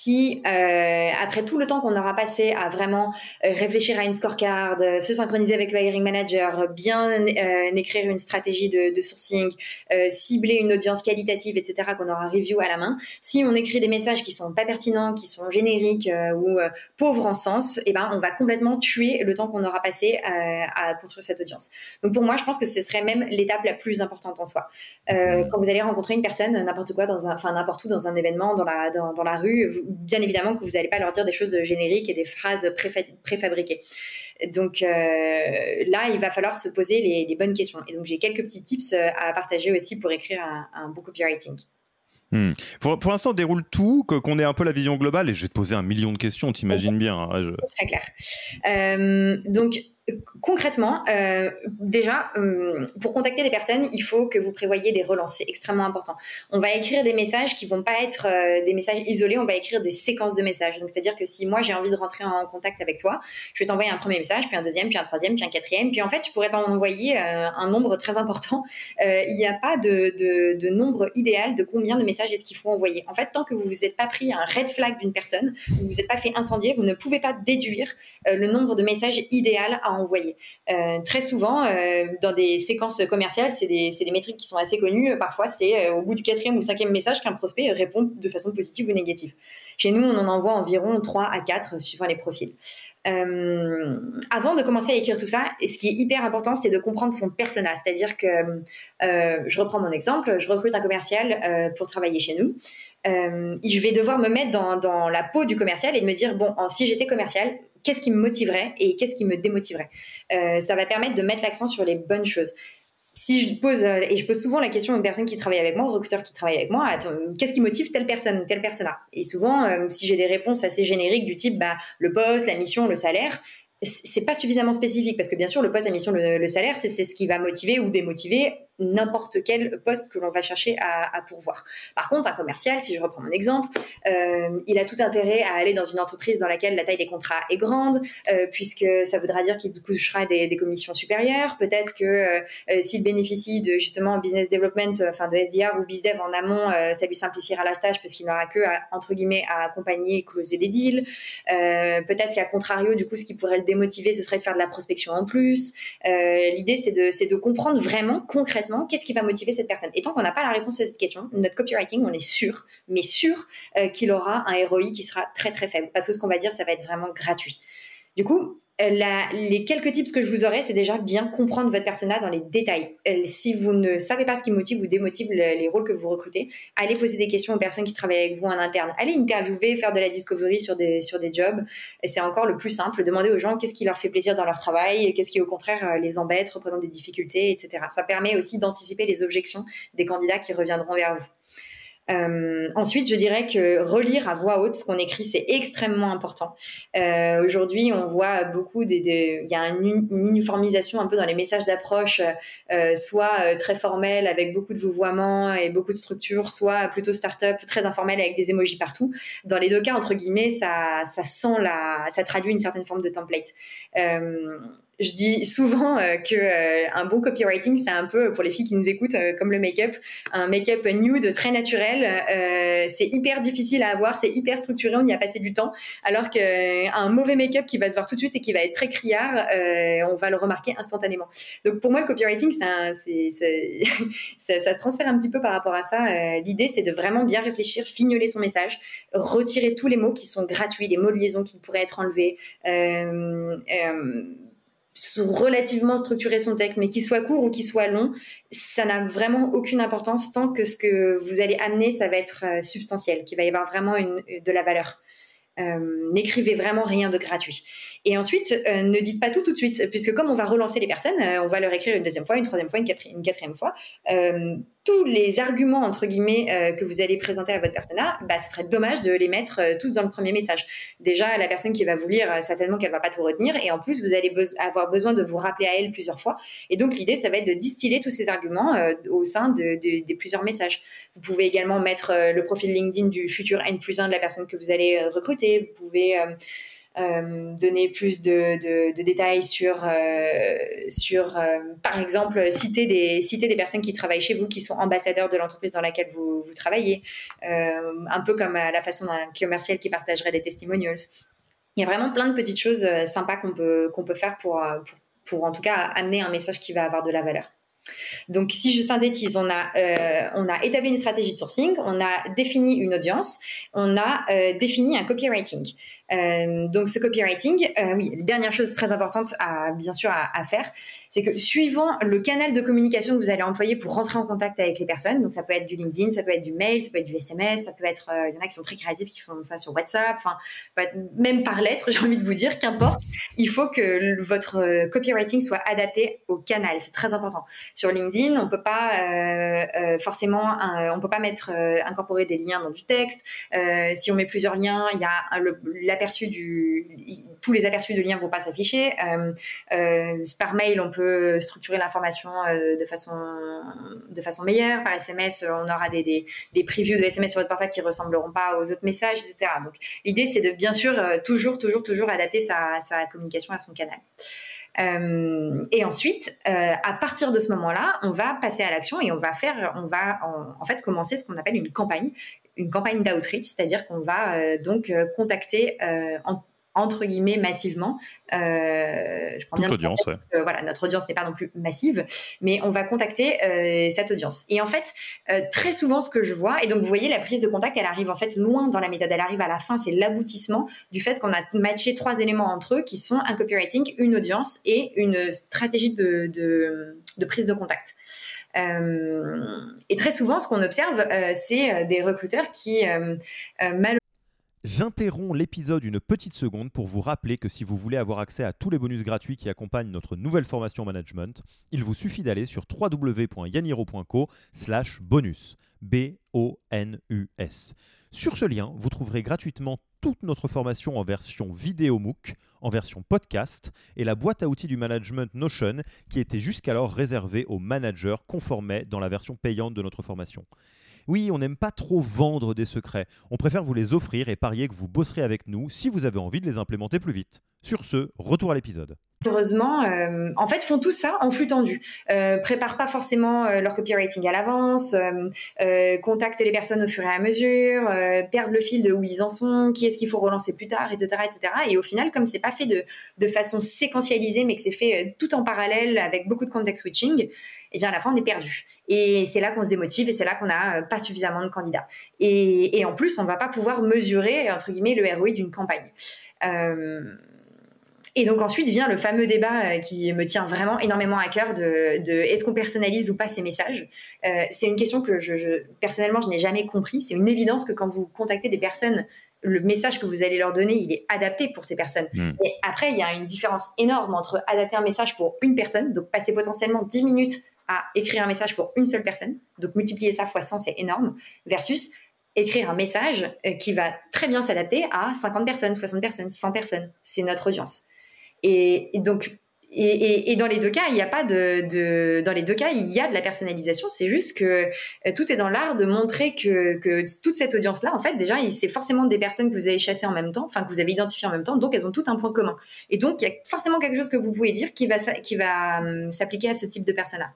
si euh, après tout le temps qu'on aura passé à vraiment euh, réfléchir à une scorecard, euh, se synchroniser avec le hiring manager, bien euh, écrire une stratégie de, de sourcing, euh, cibler une audience qualitative, et cetera, qu'on aura review à la main, si on écrit des messages qui sont pas pertinents, qui sont génériques euh, ou euh, pauvres en sens, eh ben on va complètement tuer le temps qu'on aura passé à, à construire cette audience. Donc pour moi, je pense que ce serait même l'étape la plus importante en soi. Euh, mmh. Quand vous allez rencontrer une personne, n'importe quoi, dans un, enfin n'importe où, dans un événement, dans la dans, dans la rue, vous, bien évidemment que vous n'allez pas leur dire des choses génériques et des phrases préfa- préfabriquées. Donc euh, là, il va falloir se poser les, les bonnes questions. Et donc j'ai quelques petits tips à partager aussi pour écrire un, un bon copywriting. Hmm. Pour, pour l'instant, on déroule tout, qu'on ait un peu la vision globale, et je vais te poser un million de questions, t'imagines bien. Hein, je... Très clair. Euh, donc, concrètement, euh, déjà, euh, pour contacter des personnes, il faut que vous prévoyiez des relances. C'est extrêmement important. On va écrire des messages qui vont pas être euh, des messages isolés. On va écrire des séquences de messages. Donc, c'est-à-dire que si moi, j'ai envie de rentrer en contact avec toi, je vais t'envoyer un premier message, puis un deuxième, puis un troisième, puis un quatrième. Puis en fait, je pourrais t'envoyer euh, un nombre très important. Euh, il n'y a pas de, de, de nombre idéal de combien de messages est-ce qu'il faut envoyer. En fait, tant que vous vous êtes pas pris un red flag d'une personne, vous vous êtes pas fait incendier, vous ne pouvez pas déduire euh, le nombre de messages idéal à envoyer. Euh, très souvent, euh, dans des séquences commerciales, c'est des, c'est des métriques qui sont assez connues. Parfois, c'est euh, au bout du quatrième ou cinquième message qu'un prospect répond de façon positive ou négative. Chez nous, on en envoie environ trois à quatre suivant les profils. Euh, avant de commencer à écrire tout ça, ce qui est hyper important, c'est de comprendre son persona. C'est-à-dire que, euh, je reprends mon exemple, je recrute un commercial euh, pour travailler chez nous. Euh, je vais devoir me mettre dans, dans la peau du commercial et de me dire, bon, si j'étais commercial, qu'est-ce qui me motiverait et qu'est-ce qui me démotiverait. euh, Ça va permettre de mettre l'accent sur les bonnes choses. Si je pose, et je pose souvent la question aux personnes qui travaillent avec moi, aux recruteurs qui travaillent avec moi, attends, qu'est-ce qui motive telle personne, telle persona? Et souvent, euh, si j'ai des réponses assez génériques du type bah, le poste, la mission, le salaire, c'est pas suffisamment spécifique parce que bien sûr, le poste, la mission, le, le salaire, c'est, c'est ce qui va motiver ou démotiver n'importe quel poste que l'on va chercher à, à pourvoir. Par contre, un commercial, si je reprends mon exemple, euh, il a tout intérêt à aller dans une entreprise dans laquelle la taille des contrats est grande, euh, puisque ça voudra dire qu'il touchera des, des commissions supérieures. Peut-être que euh, s'il bénéficie de justement business development, euh, enfin de S D R ou bizdev en amont, euh, ça lui simplifiera la tâche parce qu'il n'aura que à, entre guillemets à accompagner et closer des deals. Euh, peut-être qu'à contrario, du coup, ce qui pourrait le démotiver, ce serait de faire de la prospection en plus. Euh, l'idée, c'est de, c'est de comprendre vraiment concrètement qu'est-ce qui va motiver cette personne. Et tant qu'on n'a pas la réponse à cette question, notre copywriting, on est sûr, mais sûr euh, qu'il aura un R O I qui sera très très faible. Parce que ce qu'on va dire, ça va être vraiment gratuit. Du coup, euh, la, les quelques tips que je vous aurais, c'est déjà bien comprendre votre persona dans les détails. Euh, si vous ne savez pas ce qui motive ou démotive le, les rôles que vous recrutez, allez poser des questions aux personnes qui travaillent avec vous en interne. Allez interviewer, faire de la discovery sur des, sur des jobs. Et c'est encore le plus simple. Demandez aux gens qu'est-ce qui leur fait plaisir dans leur travail, qu'est-ce qui au contraire les embête, représente des difficultés, et cetera. Ça permet aussi d'anticiper les objections des candidats qui reviendront vers vous. Euh, ensuite, je dirais que relire à voix haute ce qu'on écrit, c'est extrêmement important. Euh, aujourd'hui, on voit beaucoup des, des, il y a une, une uniformisation un peu dans les messages d'approche, euh, soit euh, très formel avec beaucoup de vouvoiements et beaucoup de structure, soit plutôt start-up, très informel avec des emojis partout. Dans les deux cas, entre guillemets, ça, ça sent la, ça traduit une certaine forme de template. Euh, Je dis souvent euh, que euh, un bon copywriting, c'est un peu, pour les filles qui nous écoutent, euh, comme le make-up, un make-up nude très naturel. Euh, c'est hyper difficile à avoir, c'est hyper structuré, on y a passé du temps. Alors qu'un mauvais make-up qui va se voir tout de suite et qui va être très criard, euh, on va le remarquer instantanément. Donc pour moi, le copywriting, c'est un, c'est, c'est, ça, ça se transfère un petit peu par rapport à ça. Euh, l'idée, c'est de vraiment bien réfléchir, fignoler son message, retirer tous les mots qui sont gratuits, les mots de liaison qui pourraient être enlevés. Euh, euh, relativement structurer son texte, mais qu'il soit court ou qu'il soit long, ça n'a vraiment aucune importance tant que ce que vous allez amener, ça va être euh, substantiel, qu'il va y avoir vraiment une, de la valeur. Euh, n'écrivez vraiment rien de gratuit. Et ensuite, euh, ne dites pas tout tout de suite, puisque comme on va relancer les personnes, euh, on va leur écrire une deuxième fois, une troisième fois, une, quatri- une quatrième fois. Euh, tous les arguments, entre guillemets, euh, que vous allez présenter à votre persona, bah, ce serait dommage de les mettre euh, tous dans le premier message. Déjà, la personne qui va vous lire, euh, certainement qu'elle va pas tout retenir. Et en plus, vous allez be- avoir besoin de vous rappeler à elle plusieurs fois. Et donc, l'idée, ça va être de distiller tous ces arguments euh, au sein de, de, de plusieurs messages. Vous pouvez également mettre euh, le profil LinkedIn du futur N plus un de la personne que vous allez euh, recruter. Vous pouvez... Euh, euh, donner plus de, de, de détails sur, euh, sur euh, par exemple, citer des, citer des personnes qui travaillent chez vous, qui sont ambassadeurs de l'entreprise dans laquelle vous, vous travaillez, euh, un peu comme à la façon d'un commercial qui partagerait des testimonials. Il y a vraiment plein de petites choses sympas qu'on peut, qu'on peut faire pour, pour, pour en tout cas amener un message qui va avoir de la valeur. Donc, si je synthétise, on a, euh, on a établi une stratégie de sourcing, on a défini une audience, on a euh, défini un copywriting. Euh, donc, ce copywriting, euh, oui, la dernière chose très importante, à, bien sûr, à, à faire, c'est que suivant le canal de communication que vous allez employer pour rentrer en contact avec les personnes, donc ça peut être du LinkedIn, ça peut être du mail, ça peut être du S M S, ça peut être, euh, il y en a qui sont très créatifs, qui font ça sur WhatsApp, enfin, même par lettre, j'ai envie de vous dire, qu'importe, il faut que le, votre copywriting soit adapté au canal, c'est très important. Sur LinkedIn, on peut pas euh, euh, forcément, un, on peut pas mettre euh, incorporer des liens dans du texte. Euh, si on met plusieurs liens, il y a un, le, l'aperçu du, tous les aperçus de liens vont pas s'afficher. Euh, euh, par mail, on peut structurer l'information euh, de façon de façon meilleure. Par S M S, on aura des des, des previews de S M S sur votre portable qui ressembleront pas aux autres messages, et cetera. Donc l'idée, c'est de bien sûr euh, toujours toujours toujours adapter sa sa communication à son canal. Euh, et ensuite, euh, à partir de ce moment-là, on va passer à l'action et on va faire, on va en, en fait commencer ce qu'on appelle une campagne, une campagne d'outreach, c'est-à-dire qu'on va euh, donc euh, contacter euh, en, entre guillemets massivement. Euh, je prends Toute bien l'audience, ouais. que, voilà, notre audience n'est pas non plus massive, mais on va contacter euh, cette audience. Et en fait, euh, très souvent, ce que je vois, et donc vous voyez, la prise de contact, elle arrive en fait loin dans la méthode, elle arrive à la fin, c'est l'aboutissement du fait qu'on a matché trois éléments entre eux qui sont un copywriting, une audience et une stratégie de, de, de prise de contact. Euh, et très souvent, ce qu'on observe, euh, c'est des recruteurs qui, euh, euh, malheureusement, J'interromps l'épisode une petite seconde pour vous rappeler que si vous voulez avoir accès à tous les bonus gratuits qui accompagnent notre nouvelle formation management, il vous suffit d'aller sur w w w point yaniro point co slash bonus, B O N U S. Sur ce lien, vous trouverez gratuitement toute notre formation en version vidéo MOOC, en version podcast et la boîte à outils du management Notion qui était jusqu'alors réservée aux managers conformés dans la version payante de notre formation. Oui, on n'aime pas trop vendre des secrets. On préfère vous les offrir et parier que vous bosserez avec nous si vous avez envie de les implémenter plus vite. Sur ce, retour à l'épisode. Malheureusement, euh, en fait, font tout ça en flux tendu. Euh, préparent pas forcément euh, leur copywriting à l'avance, euh, euh, contactent les personnes au fur et à mesure, euh, perdent le fil de où ils en sont, qui est-ce qu'il faut relancer plus tard, et cetera, et cetera. Et au final, comme c'est pas fait de de façon séquentialisée, mais que c'est fait euh, tout en parallèle avec beaucoup de context switching, eh bien à la fin on est perdu. Et c'est là qu'on se démotive et c'est là qu'on n'a pas suffisamment de candidats. Et, et en plus, on va pas pouvoir mesurer entre guillemets le R O I d'une campagne. Euh, Et donc ensuite vient le fameux débat qui me tient vraiment énormément à cœur de, de est-ce qu'on personnalise ou pas ces messages. Euh, c'est une question que je, je, personnellement je n'ai jamais compris. C'est une évidence que quand vous contactez des personnes, le message que vous allez leur donner, il est adapté pour ces personnes. Mmh. Mais après, il y a une différence énorme entre adapter un message pour une personne, donc passer potentiellement dix minutes à écrire un message pour une seule personne, donc multiplier ça fois cent, c'est énorme, versus écrire un message qui va très bien s'adapter à cinquante personnes, soixante personnes, cent personnes. C'est notre audience. Et, et donc, et, et, et dans les deux cas, il n'y a pas de, de, dans les deux cas, il y a de la personnalisation. C'est juste que euh, tout est dans l'art de montrer que, que toute cette audience-là, en fait, déjà, c'est forcément des personnes que vous avez chassées en même temps, enfin que vous avez identifiées en même temps, donc elles ont tout un point commun. Et donc, il y a forcément quelque chose que vous pouvez dire qui va, qui va euh, s'appliquer à ce type de personnes-là.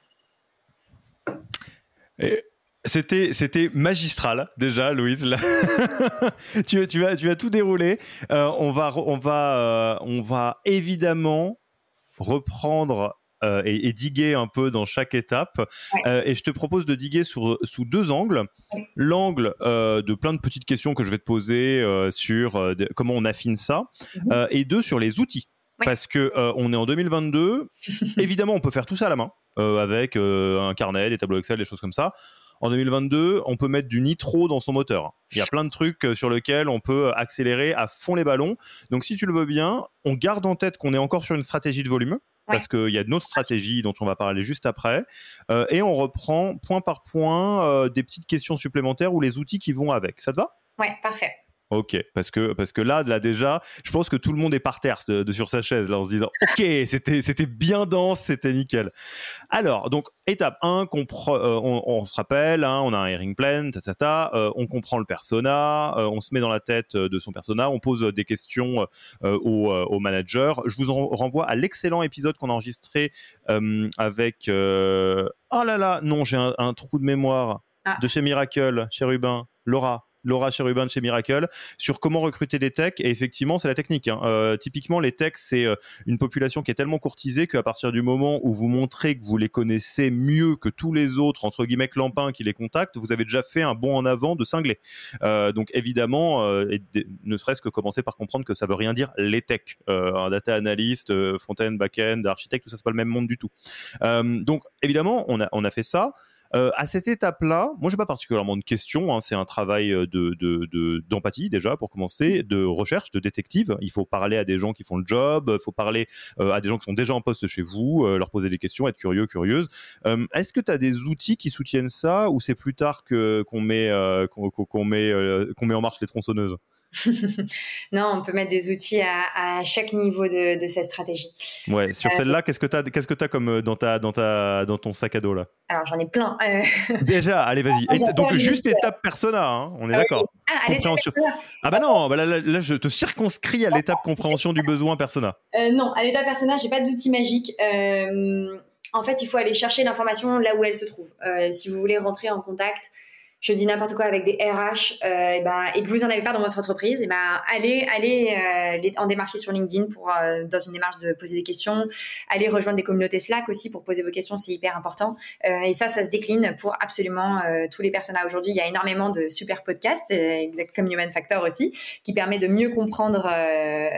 Et... C'était, c'était magistral déjà, Louise. Là. tu, tu, vas, tu vas tout dérouler. Euh, on, va, on, va, euh, on va évidemment reprendre euh, et, et diguer un peu dans chaque étape. Ouais. Euh, et je te propose de diguer sur, sous deux angles. Ouais. L'angle euh, de plein de petites questions que je vais te poser euh, sur euh, de, comment on affine ça. Mm-hmm. Euh, et deux, sur les outils. Ouais. Parce qu'on euh, est en deux mille vingt-deux. Évidemment, on peut faire tout ça à la main euh, avec euh, un carnet, des tableaux Excel, des choses comme ça. En deux mille vingt-deux, on peut mettre du nitro dans son moteur. Il y a plein de trucs sur lesquels on peut accélérer à fond les ballons. Donc, si tu le veux bien, on garde en tête qu'on est encore sur une stratégie de volume, ouais. parce qu'il y a d'autres stratégies dont on va parler juste après. Euh, et on reprend point par point euh, des petites questions supplémentaires ou les outils qui vont avec. Ça te va ? Ouais, parfait. Ok, parce que, parce que là, là déjà, je pense que tout le monde est par terre de, de sur sa chaise, là, en se disant « Ok, c'était, c'était bien dense, c'était nickel ». Alors, donc, étape un, compre- euh, on, on se rappelle, hein, on a un hiring plan, ta, ta, ta, euh, on comprend le persona, euh, on se met dans la tête de son persona, on pose des questions euh, au, euh, au manager. Je vous en renvoie à l'excellent épisode qu'on a enregistré euh, avec... Euh... Oh là là, non, j'ai un, un trou de mémoire ah. de chez Miracle, chez Rubin, Laura. Laura Cherubin de chez Miracle, sur comment recruter des techs. Et effectivement, c'est la technique. Hein. Euh, typiquement, les techs, c'est euh, une population qui est tellement courtisée qu'à partir du moment où vous montrez que vous les connaissez mieux que tous les autres, entre guillemets, clampins qui les contactent, vous avez déjà fait un bond en avant de cinglé. Euh, donc évidemment, euh, et de, ne serait-ce que commencer par comprendre que ça veut rien dire les techs. Euh, un data analyst, euh, front-end, back-end, architecte, tout ça, c'est pas le même monde du tout. Euh, donc évidemment, on a, on a fait ça. Euh, à cette étape-là, moi, j'ai pas particulièrement de questions. Hein, c'est un travail de, de, de, d'empathie déjà pour commencer, de recherche, de détective. Il faut parler à des gens qui font le job. Il faut parler euh, à des gens qui sont déjà en poste chez vous, euh, leur poser des questions, être curieux, curieuse. Euh, est-ce que tu as des outils qui soutiennent ça, ou c'est plus tard que qu'on met euh, qu'on, qu'on met euh, qu'on met en marche les tronçonneuses? Non, on peut mettre des outils à, à chaque niveau de, de cette stratégie. Ouais, sur euh, celle-là, qu'est-ce que tu as qu'est-ce que tu as comme dans ta dans ta dans ton sac à dos là? Alors, j'en ai plein. Euh... Déjà, allez, vas-y. Et donc juste étape persona, hein, on est ah, d'accord. Oui. Ah, compréhension. Ah bah non, bah là, là, là je te circonscris à l'étape compréhension du besoin persona. Euh, non, à l'étape persona, j'ai pas d'outil magique. Euh, en fait, il faut aller chercher l'information là où elle se trouve. Euh, si vous voulez rentrer en contact, je dis n'importe quoi avec des R H, euh, et, ben, et que vous n'en avez pas dans votre entreprise, et ben, allez, allez euh, en démarcher sur LinkedIn pour, euh, dans une démarche de poser des questions. Allez rejoindre des communautés Slack aussi pour poser vos questions, c'est hyper important. Euh, et ça, ça se décline pour absolument euh, tous les personas. Aujourd'hui, il y a énormément de super podcasts, euh, comme Human Factor aussi, qui permet de mieux comprendre euh, euh,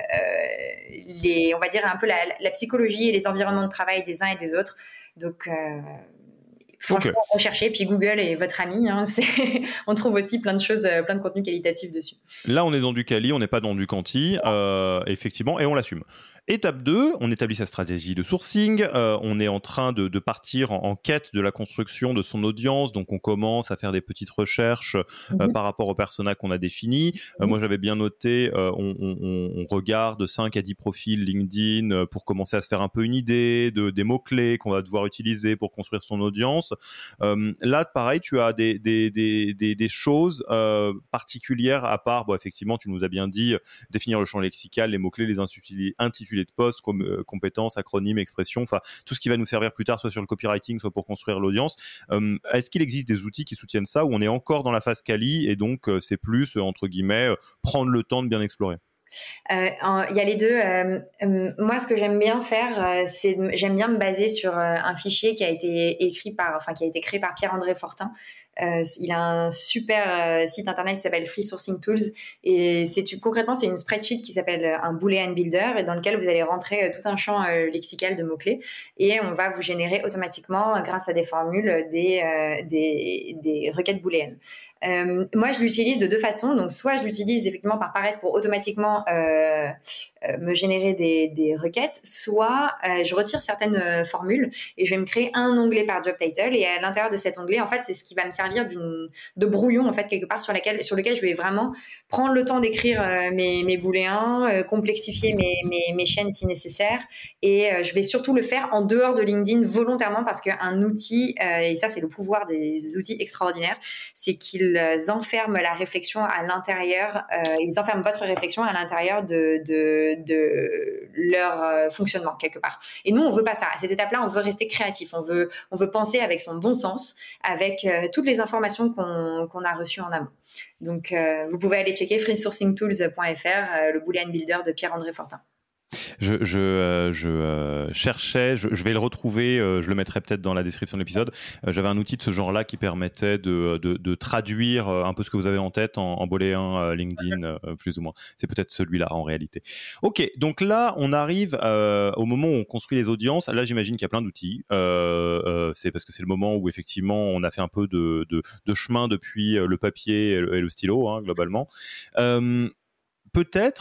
les, on va dire un peu la, la psychologie et les environnements de travail des uns et des autres. Donc, euh, franchement, okay. Recherchez, puis Google est votre ami. Hein, c'est... on trouve aussi plein de choses, plein de contenus qualitatifs dessus. Là, on est dans du quali, on n'est pas dans du quanti, euh, effectivement, et on l'assume. Étape deux, on établit sa stratégie de sourcing, euh, on est en train de, de partir en, en quête de la construction de son audience, donc on commence à faire des petites recherches euh, mm-hmm. par rapport aux personas qu'on a définis. Mm-hmm. Euh, moi, j'avais bien noté, euh, on, on, on regarde cinq à dix profils LinkedIn pour commencer à se faire un peu une idée de, des mots-clés qu'on va devoir utiliser pour construire son audience. Euh, là, pareil, tu as des, des, des, des, des choses euh, particulières à part, bon, effectivement, tu nous as bien dit, définir le champ lexical, les mots-clés, les intitulés, intitulés de poste, comme euh, compétences, acronymes, expressions, enfin tout ce qui va nous servir plus tard, soit sur le copywriting, soit pour construire l'audience. Euh, est-ce qu'il existe des outils qui soutiennent ça, où on est encore dans la phase quali et donc euh, c'est plus, euh, entre guillemets, euh, prendre le temps de bien explorer? Il euh, y a les deux. Euh, euh, moi, ce que j'aime bien faire, euh, c'est j'aime bien me baser sur euh, un fichier qui a été écrit par, enfin qui a été créé par Pierre-André Fortin. Euh, il a un super euh, site internet qui s'appelle Free Sourcing Tools et c'est concrètement c'est une spreadsheet qui s'appelle un Boolean Builder et dans lequel vous allez rentrer euh, tout un champ euh, lexical de mots clés et on va vous générer automatiquement grâce à des formules des euh, des, des requêtes booléennes. Euh, moi, je l'utilise de deux façons. Donc, soit je l'utilise effectivement par paresse pour automatiquement euh, euh, me générer des, des requêtes, soit euh, je retire certaines euh, formules et je vais me créer un onglet par job title. Et à l'intérieur de cet onglet, en fait, c'est ce qui va me servir d'une, de brouillon, en fait, quelque part sur, laquelle, sur lequel je vais vraiment prendre le temps d'écrire euh, mes, mes booléens, euh, complexifier mes, mes, mes chaînes si nécessaire. Et euh, je vais surtout le faire en dehors de LinkedIn volontairement parce qu'un outil, euh, et ça, c'est le pouvoir des outils extraordinaires, c'est qu'il ils enferment la réflexion à l'intérieur, euh, ils enferment votre réflexion à l'intérieur de, de, de leur euh, fonctionnement quelque part. Et nous, on veut pas ça. À cette étape-là, on veut rester créatif. On veut, on veut penser avec son bon sens, avec euh, toutes les informations qu'on, qu'on a reçues en amont. Donc, euh, vous pouvez aller checker free sourcing tools point f r, euh, le Boolean Builder de Pierre-André Fortin. Je, je, euh, je euh, cherchais, je, je vais le retrouver, euh, je le mettrai peut-être dans la description de l'épisode. Euh, j'avais un outil de ce genre-là qui permettait de, de, de traduire un peu ce que vous avez en tête en, en booléen euh, LinkedIn, euh, plus ou moins. C'est peut-être celui-là en réalité. Ok, donc là, on arrive euh, au moment où on construit les audiences. Là, j'imagine qu'il y a plein d'outils. Euh, euh, c'est parce que c'est le moment où effectivement, on a fait un peu de, de, de chemin depuis le papier et le, et le stylo, hein, globalement. Euh, peut-être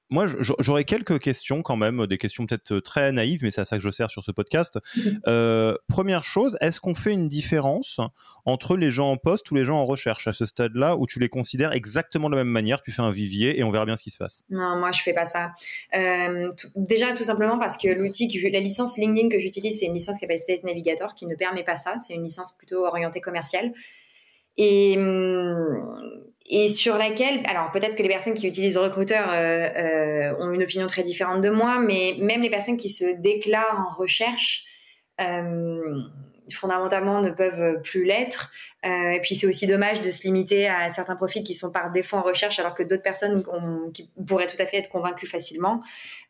moi, j'aurais quelques questions quand même, des questions peut-être très naïves, mais c'est à ça que je sers sur ce podcast. euh, première chose, est-ce qu'on fait une différence entre les gens en poste ou les gens en recherche à ce stade-là, où tu les considères exactement de la même manière, tu fais un vivier et on verra bien ce qui se passe? Non, moi je fais pas ça. Euh, tout, déjà tout simplement parce que l'outil, que je, la licence LinkedIn que j'utilise, c'est une licence qui s'appelle Sales Navigator qui ne permet pas ça. C'est une licence plutôt orientée commerciale. Et, et sur laquelle, alors peut-être que les personnes qui utilisent Recruteur euh, euh, ont une opinion très différente de moi, mais même les personnes qui se déclarent en recherche, euh, fondamentalement ne peuvent plus l'être. Euh, et puis c'est aussi dommage de se limiter à certains profils qui sont par défaut en recherche, alors que d'autres personnes ont, qui pourraient tout à fait être convaincues facilement.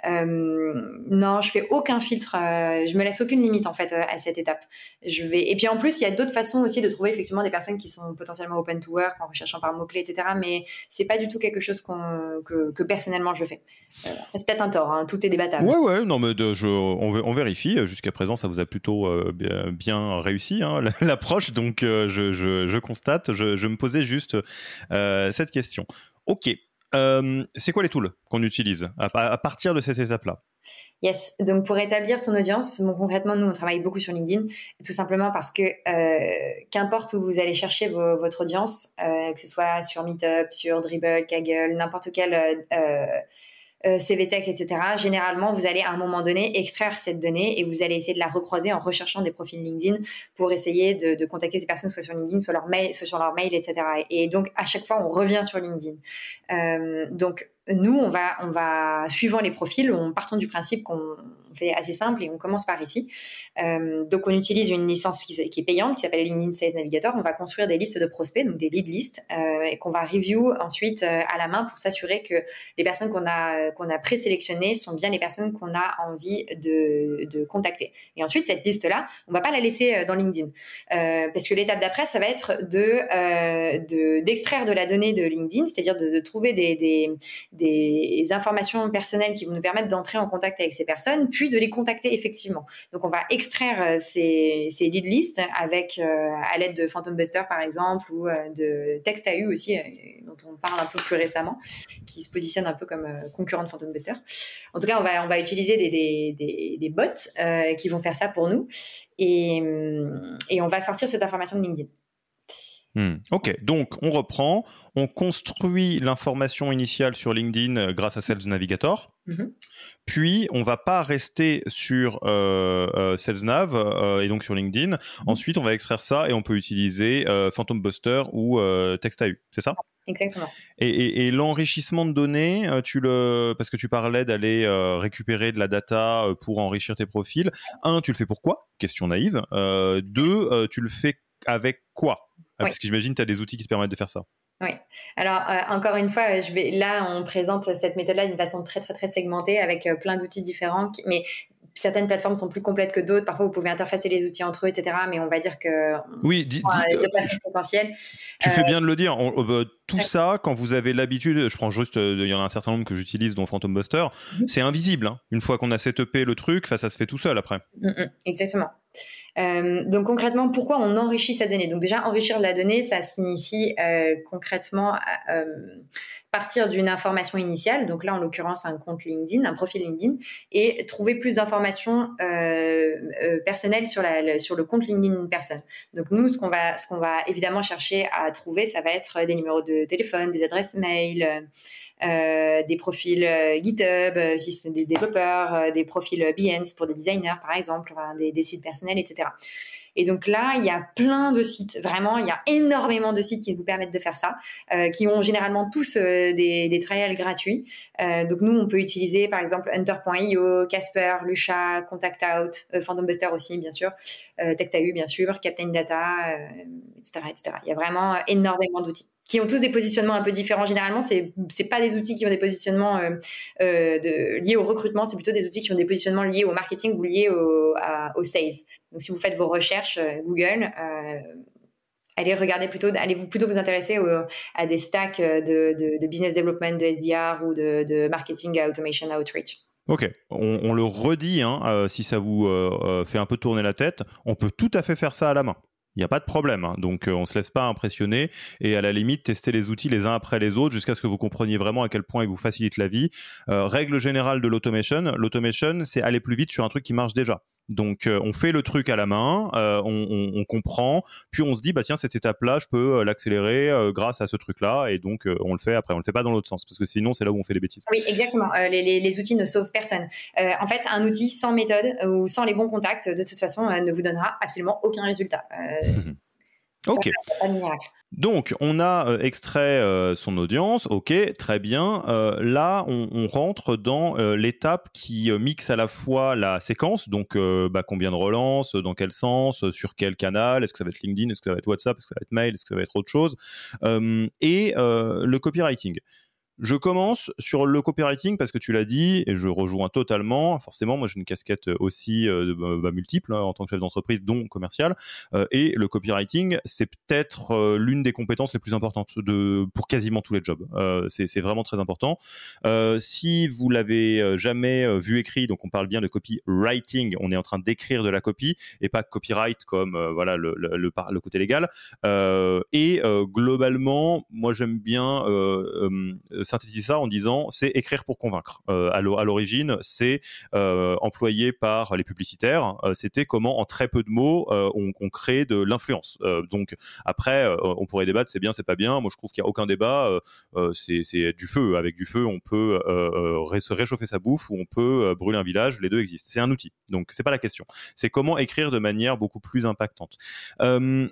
Euh, non, je fais aucun filtre, euh, je me laisse aucune limite en fait à cette étape. Je vais. Et puis en plus, il y a d'autres façons aussi de trouver effectivement des personnes qui sont potentiellement open to work en recherchant par mots-clés, et cetera. Mais c'est pas du tout quelque chose qu'on, que, que personnellement je fais. Euh, c'est peut-être un tort, hein, tout est débattable. Ouais, ouais, non, mais de, je, on, on vérifie. Jusqu'à présent, ça vous a plutôt euh, bien, bien réussi, hein, l'approche. Donc, euh, je, je, je constate, je, je me posais juste euh, cette question. Ok, euh, c'est quoi les tools qu'on utilise à, à partir de cette étape-là? Yes, donc pour établir son audience, bon, concrètement, nous, on travaille beaucoup sur LinkedIn, tout simplement parce que euh, qu'importe où vous allez chercher vos, votre audience, euh, que ce soit sur Meetup, sur Dribbble, Kaggle, n'importe quel euh, euh, C V Tech, et cetera, généralement, vous allez à un moment donné extraire cette donnée et vous allez essayer de la recroiser en recherchant des profils LinkedIn pour essayer de, de contacter ces personnes soit sur LinkedIn, soit, leur mail, soit sur leur mail, et cetera. Et donc, à chaque fois, on revient sur LinkedIn. Euh, donc, nous, on va, on va, suivant les profils, on partons du principe qu'on fait assez simple et on commence par ici. Euh, donc, on utilise une licence qui, qui est payante, qui s'appelle LinkedIn Sales Navigator. On va construire des listes de prospects, donc des lead lists, euh, et qu'on va review ensuite euh, à la main pour s'assurer que les personnes qu'on a, qu'on a présélectionnées sont bien les personnes qu'on a envie de, de contacter. Et ensuite, cette liste-là, on va pas la laisser dans LinkedIn. Euh, parce que l'étape d'après, ça va être de, euh, de, d'extraire de la donnée de LinkedIn, c'est-à-dire de, de trouver des, des des informations personnelles qui vont nous permettre d'entrer en contact avec ces personnes, puis de les contacter effectivement. Donc, on va extraire ces, ces lead lists avec, euh, à l'aide de Phantom Buster, par exemple, ou euh, de Text-A-U aussi, euh, dont on parle un peu plus récemment, qui se positionne un peu comme euh, concurrent de Phantom Buster. En tout cas, on va, on va utiliser des, des, des, des bots euh, qui vont faire ça pour nous et, et on va sortir cette information de LinkedIn. Hmm. Ok, donc on reprend, on construit l'information initiale sur LinkedIn grâce à Sales Navigator, mm-hmm. Puis on va pas rester sur euh, euh, Sales Nav euh, et donc sur LinkedIn. Mm-hmm. Ensuite, on va extraire ça et on peut utiliser euh, Phantom Buster ou euh, Text-A-U, c'est ça? Exactement. Et, et, et l'enrichissement de données, tu le, parce que tu parlais d'aller euh, récupérer de la data pour enrichir tes profils. Un, tu le fais pourquoi? Question naïve. Euh, deux, euh, tu le fais avec quoi? Oui. Parce que j'imagine que tu as des outils qui te permettent de faire ça. Oui. Alors, euh, encore une fois, je vais, là, on présente cette méthode-là d'une façon très, très, très segmentée avec euh, plein d'outils différents. Qui, mais certaines plateformes sont plus complètes que d'autres. Parfois, vous pouvez interfacer les outils entre eux, et cetera. Mais on va dire que oui, di, euh, di, de façon séquentielle. Tu euh, fais bien de le dire. On, euh, tout ouais. ça, quand vous avez l'habitude, je prends juste, il euh, y en a un certain nombre que j'utilise, dont Phantom Buster, mm-hmm. c'est invisible. Hein. Une fois qu'on a setupé le truc, ça se fait tout seul après. Mm-hmm. Exactement. Euh, donc concrètement, pourquoi on enrichit sa donnée? Donc déjà, enrichir la donnée, ça signifie euh, concrètement euh, partir d'une information initiale, donc là en l'occurrence un compte LinkedIn, un profil LinkedIn, et trouver plus d'informations euh, euh, personnelles sur, la, le, sur le compte LinkedIn d'une personne. Donc nous, ce qu'on va, ce qu'on va évidemment chercher à trouver, ça va être des numéros de téléphone, des adresses mail, Euh, des profils euh, GitHub, euh, si c'est des développeurs, euh, des profils Behance pour des designers, par exemple, enfin, des, des sites personnels, et cetera. Et donc là, il y a plein de sites, vraiment, il y a énormément de sites qui vous permettent de faire ça, euh, qui ont généralement tous euh, des, des trials gratuits. Euh, donc nous, on peut utiliser par exemple Hunter point io, Casper, Lusha, Contact Out, euh, Phantom Buster aussi, bien sûr, euh, Text-A-U, bien sûr, Captain Data, euh, et cetera, et cetera. Il y a vraiment énormément d'outils qui ont tous des positionnements un peu différents. Généralement, c'est c'est pas des outils qui ont des positionnements euh, euh, de, liés au recrutement, c'est plutôt des outils qui ont des positionnements liés au marketing ou liés au, à, au sales. Donc, si vous faites vos recherches euh, Google, euh, allez regarder plutôt, allez-vous plutôt vous intéresser au, à des stacks de, de, de business development, de S D R ou de, de marketing automation outreach. Ok, on, on le redit, hein, euh, si ça vous euh, fait un peu tourner la tête, on peut tout à fait faire ça à la main. Il n'y a pas de problème, hein. Donc euh, on ne se laisse pas impressionner et à la limite tester les outils les uns après les autres jusqu'à ce que vous compreniez vraiment à quel point ils vous facilitent la vie. Euh, règle générale de l'automation, l'automation c'est aller plus vite sur un truc qui marche déjà. Donc euh, on fait le truc à la main, euh, on, on, on comprend, puis on se dit bah tiens cette étape-là je peux euh, l'accélérer euh, grâce à ce truc-là et donc euh, on le fait après, on le fait pas dans l'autre sens parce que sinon c'est là où on fait des bêtises. Oui exactement, euh, les, les, les outils ne sauvent personne. Euh, en fait un outil sans méthode euh, ou sans les bons contacts de toute façon euh, ne vous donnera absolument aucun résultat. Euh, Ok. Pas de miracle. Donc, on a euh, extrait euh, son audience, ok, très bien. Euh, là, on, on rentre dans euh, l'étape qui euh, mixe à la fois la séquence, donc euh, bah, combien de relances, dans quel sens, euh, sur quel canal, est-ce que ça va être LinkedIn, est-ce que ça va être WhatsApp, est-ce que ça va être mail, est-ce que ça va être autre chose, euh, et euh, le copywriting. Je commence sur le copywriting parce que tu l'as dit et je rejoins totalement. Forcément, moi j'ai une casquette aussi euh, bah, multiple hein, en tant que chef d'entreprise, dont commercial. Euh, et le copywriting, c'est peut-être euh, l'une des compétences les plus importantes de pour quasiment tous les jobs. Euh, c'est, c'est vraiment très important. Euh, si vous l'avez jamais vu écrit, donc on parle bien de copywriting, on est en train d'écrire de la copie et pas copyright comme euh, voilà le, le, le, le côté légal. Euh, et euh, globalement, moi j'aime bien euh, euh, synthétiser ça en disant c'est écrire pour convaincre. Euh, à l'origine, c'est euh, employé par les publicitaires. Euh, c'était comment en très peu de mots euh, on, on crée de l'influence. Euh, donc après, euh, on pourrait débattre, c'est bien, c'est pas bien. Moi, je trouve qu'il y a aucun débat. Euh, euh, c'est, c'est du feu. Avec du feu, on peut euh, euh, se réchauffer sa bouffe ou on peut euh, brûler un village. Les deux existent. C'est un outil. Donc c'est pas la question. C'est comment écrire de manière beaucoup plus impactante. Euh,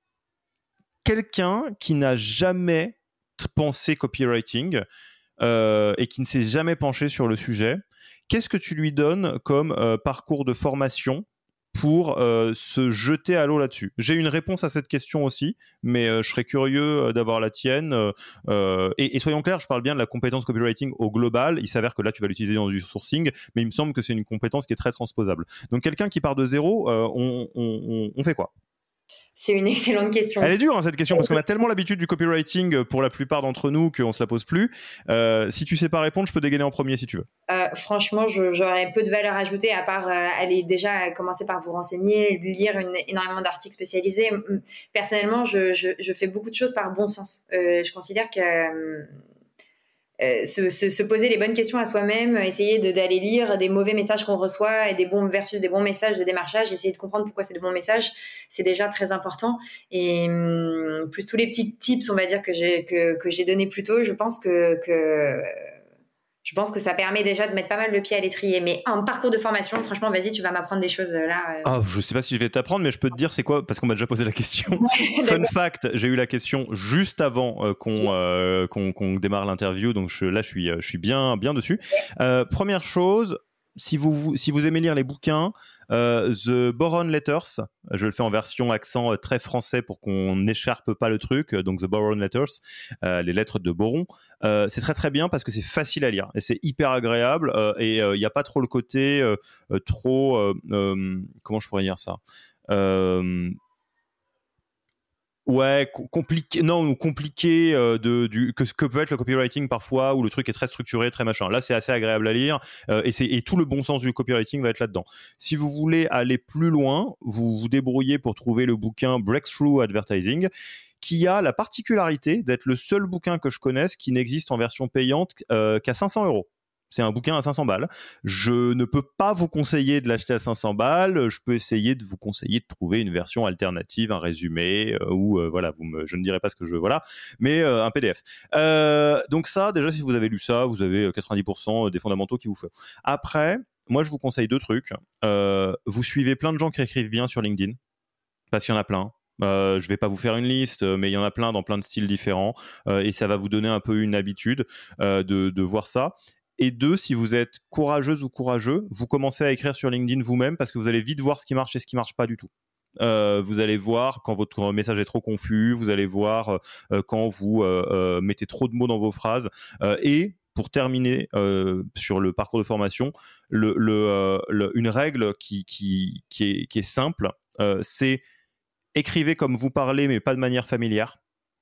quelqu'un qui n'a jamais pensé copywriting euh, et qui ne s'est jamais penché sur le sujet, qu'est-ce que tu lui donnes comme euh, parcours de formation pour euh, se jeter à l'eau là-dessus? J'ai une réponse à cette question aussi, mais euh, je serais curieux d'avoir la tienne. Euh, et, et soyons clairs, je parle bien de la compétence copywriting au global. Il s'avère que là, tu vas l'utiliser dans du sourcing, mais il me semble que c'est une compétence qui est très transposable. Donc, quelqu'un qui part de zéro, euh, on, on, on fait quoi? C'est une excellente question. Elle est dure hein, cette question parce qu'on a tellement l'habitude du copywriting pour la plupart d'entre nous qu'on se la pose plus. Euh, si tu sais pas répondre, je peux dégainer en premier si tu veux. Euh, franchement, je, j'aurais peu de valeur ajoutée à part euh, aller déjà commencer par vous renseigner, lire une, énormément d'articles spécialisés. Personnellement, je, je, je fais beaucoup de choses par bon sens. Euh, je considère que euh, Euh, se, se, se poser les bonnes questions à soi-même, essayer de, d'aller lire des mauvais messages qu'on reçoit et des bons versus des bons messages de démarchage, essayer de comprendre pourquoi c'est des bons messages, c'est déjà très important. Et hum, plus tous les petits tips, on va dire que j'ai que, que j'ai donné plus tôt, je pense que que je pense que ça permet déjà de mettre pas mal le pied à l'étrier. Mais en parcours de formation, franchement, vas-y, tu vas m'apprendre des choses là. Euh... Ah, je sais pas si je vais t'apprendre, mais je peux te dire c'est quoi, parce qu'on m'a déjà posé la question. Ouais, Fun fact, j'ai eu la question juste avant euh, qu'on, euh, qu'on, qu'on démarre l'interview, donc je, là je suis, je suis bien, bien dessus. Euh, première chose, si vous, si vous aimez lire les bouquins, euh, The Boron Letters, je le fais en version accent très français pour qu'on n'écharpe pas le truc, donc The Boron Letters, euh, les lettres de Boron, euh, c'est très très bien parce que c'est facile à lire et c'est hyper agréable euh, et il euh, n'y a pas trop le côté euh, euh, trop, euh, euh, comment je pourrais dire ça euh, Ouais, compliqué, non, compliqué euh, de du que ce que peut être le copywriting parfois où le truc est très structuré, très machin. Là, c'est assez agréable à lire euh, et c'est et tout le bon sens du copywriting va être là-dedans. Si vous voulez aller plus loin, vous vous débrouillez pour trouver le bouquin Breakthrough Advertising, qui a la particularité d'être le seul bouquin que je connaisse qui n'existe en version payante euh, qu'à cinq cents euros. C'est un bouquin à cinq cents balles. Je ne peux pas vous conseiller de l'acheter à cinq cents balles. Je peux essayer de vous conseiller de trouver une version alternative, un résumé, euh, ou euh, voilà, vous me, je ne dirai pas ce que je veux, voilà, mais euh, un P D F. Euh, donc ça, déjà, si vous avez lu ça, vous avez quatre-vingt-dix pour cent des fondamentaux qui vous font. Après, moi, je vous conseille deux trucs. Euh, vous suivez plein de gens qui écrivent bien sur LinkedIn, parce qu'il y en a plein. Euh, je vais pas vous faire une liste, mais il y en a plein dans plein de styles différents, euh, et ça va vous donner un peu une habitude euh, de, de voir ça. Et deux, si vous êtes courageuse ou courageux, vous commencez à écrire sur LinkedIn vous-même parce que vous allez vite voir ce qui marche et ce qui marche pas du tout. Euh, vous allez voir quand votre message est trop confus, vous allez voir euh, quand vous euh, euh, mettez trop de mots dans vos phrases. Euh, et pour terminer euh, sur le parcours de formation, le, le, euh, le, une règle qui, qui, qui, est, qui est simple, euh, c'est écrivez comme vous parlez, mais pas de manière familière.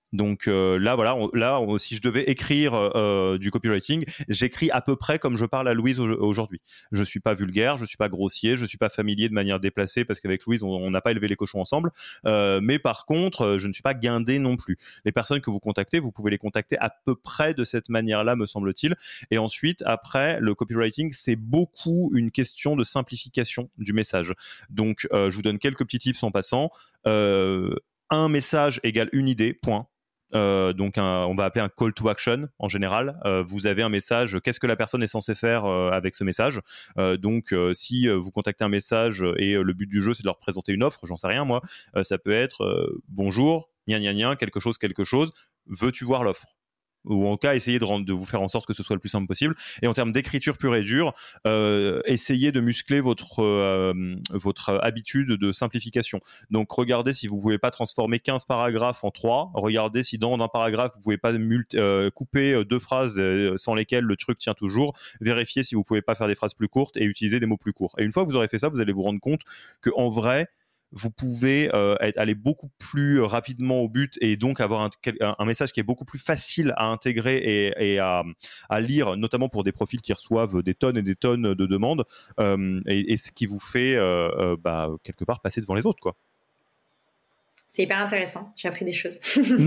Donc euh, là, voilà, on, là, on, si je devais écrire euh, du copywriting, j'écris à peu près comme je parle à Louise au, aujourd'hui. Je suis pas vulgaire, je suis pas grossier, je suis pas familier de manière déplacée parce qu'avec Louise, on n'a pas élevé les cochons ensemble. Euh, mais par contre, je ne suis pas guindé non plus. Les personnes que vous contactez, vous pouvez les contacter à peu près de cette manière-là, me semble-t-il. Et ensuite, après, le copywriting, c'est beaucoup une question de simplification du message. Donc, euh, je vous donne quelques petits tips en passant. Euh, un message égale une idée, point. Euh, donc un, on va appeler un call to action en général. Euh, vous avez un message, qu'est-ce que la personne est censée faire euh, avec ce message. Euh, donc euh, si euh, vous contactez un message et euh, le but du jeu c'est de leur présenter une offre, j'en sais rien moi, euh, ça peut être euh, bonjour, gna gna gna, quelque chose, quelque chose, veux-tu voir l'offre, ou en cas essayer de, rendre, de vous faire en sorte que ce soit le plus simple possible. Et en termes d'écriture pure et dure, euh, essayez de muscler votre, euh, votre habitude de simplification. Donc regardez si vous pouvez pas transformer quinze paragraphes en trois, regardez si dans un paragraphe vous pouvez pas multi- euh, couper deux phrases sans lesquelles le truc tient toujours, vérifiez si vous pouvez pas faire des phrases plus courtes et utiliser des mots plus courts. Et une fois que vous aurez fait ça, vous allez vous rendre compte qu'en vrai, vous pouvez euh, être, aller beaucoup plus rapidement au but et donc avoir un, un message qui est beaucoup plus facile à intégrer et, et à, à lire, notamment pour des profils qui reçoivent des tonnes et des tonnes de demandes, euh, et, et ce qui vous fait euh, euh, bah, quelque part passer devant les autres, quoi. C'est hyper intéressant, j'ai appris des choses.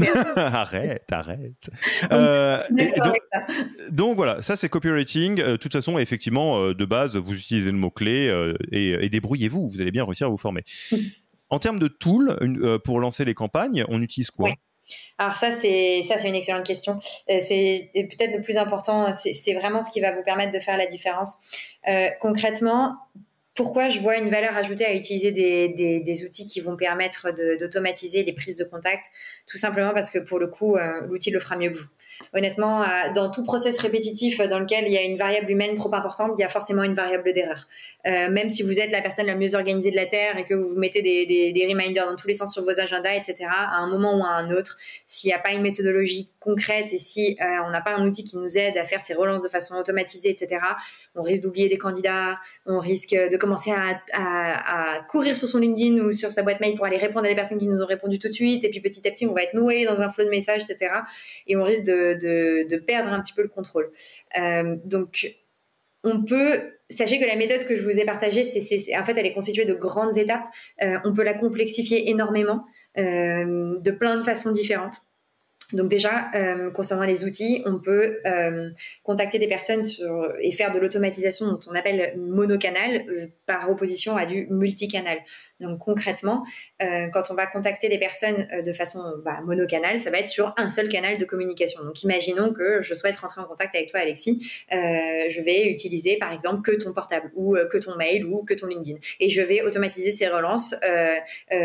arrête, arrête. Euh, et, et donc, donc voilà, ça c'est copywriting. De euh, toute façon, effectivement, euh, de base, vous utilisez le mot-clé euh, et, et débrouillez-vous, vous allez bien réussir à vous former. En termes de tools, une, euh, pour lancer les campagnes, on utilise quoi? Oui. Alors ça c'est, ça, c'est une excellente question. Euh, c'est peut-être le plus important, c'est, c'est vraiment ce qui va vous permettre de faire la différence. Euh, concrètement, pourquoi je vois une valeur ajoutée à utiliser des, des, des outils qui vont permettre de, d'automatiser les prises de contact? Tout simplement parce que pour le coup, euh, l'outil le fera mieux que vous. Honnêtement, euh, dans tout process répétitif dans lequel il y a une variable humaine trop importante, il y a forcément une variable d'erreur. Euh, même si vous êtes la personne la mieux organisée de la Terre et que vous mettez des, des, des reminders dans tous les sens sur vos agendas, et cetera, à un moment ou à un autre, s'il n'y a pas une méthodologie concrète et si euh, on n'a pas un outil qui nous aide à faire ces relances de façon automatisée, et cetera, on risque d'oublier des candidats, on risque de commencer à, à, à courir sur son LinkedIn ou sur sa boîte mail pour aller répondre à des personnes qui nous ont répondu tout de suite, et puis petit à petit on va être noué dans un flot de messages, et cetera, et on risque de, de, de perdre un petit peu le contrôle. Euh, donc on peut, sachez que la méthode que je vous ai partagée, c'est, c'est, c'est en fait elle est constituée de grandes étapes. Euh, on peut la complexifier énormément euh, de plein de façons différentes. Donc déjà, euh, concernant les outils, on peut euh, contacter des personnes sur, et faire de l'automatisation dont on appelle monocanal euh, par opposition à du multicanal. Donc concrètement, euh, quand on va contacter des personnes euh, de façon bah, monocanal, ça va être sur un seul canal de communication. Donc imaginons que je souhaite rentrer en contact avec toi, Alexis. Euh, je vais utiliser par exemple que ton portable ou euh, que ton mail ou que ton LinkedIn. Et je vais automatiser ces relances euh,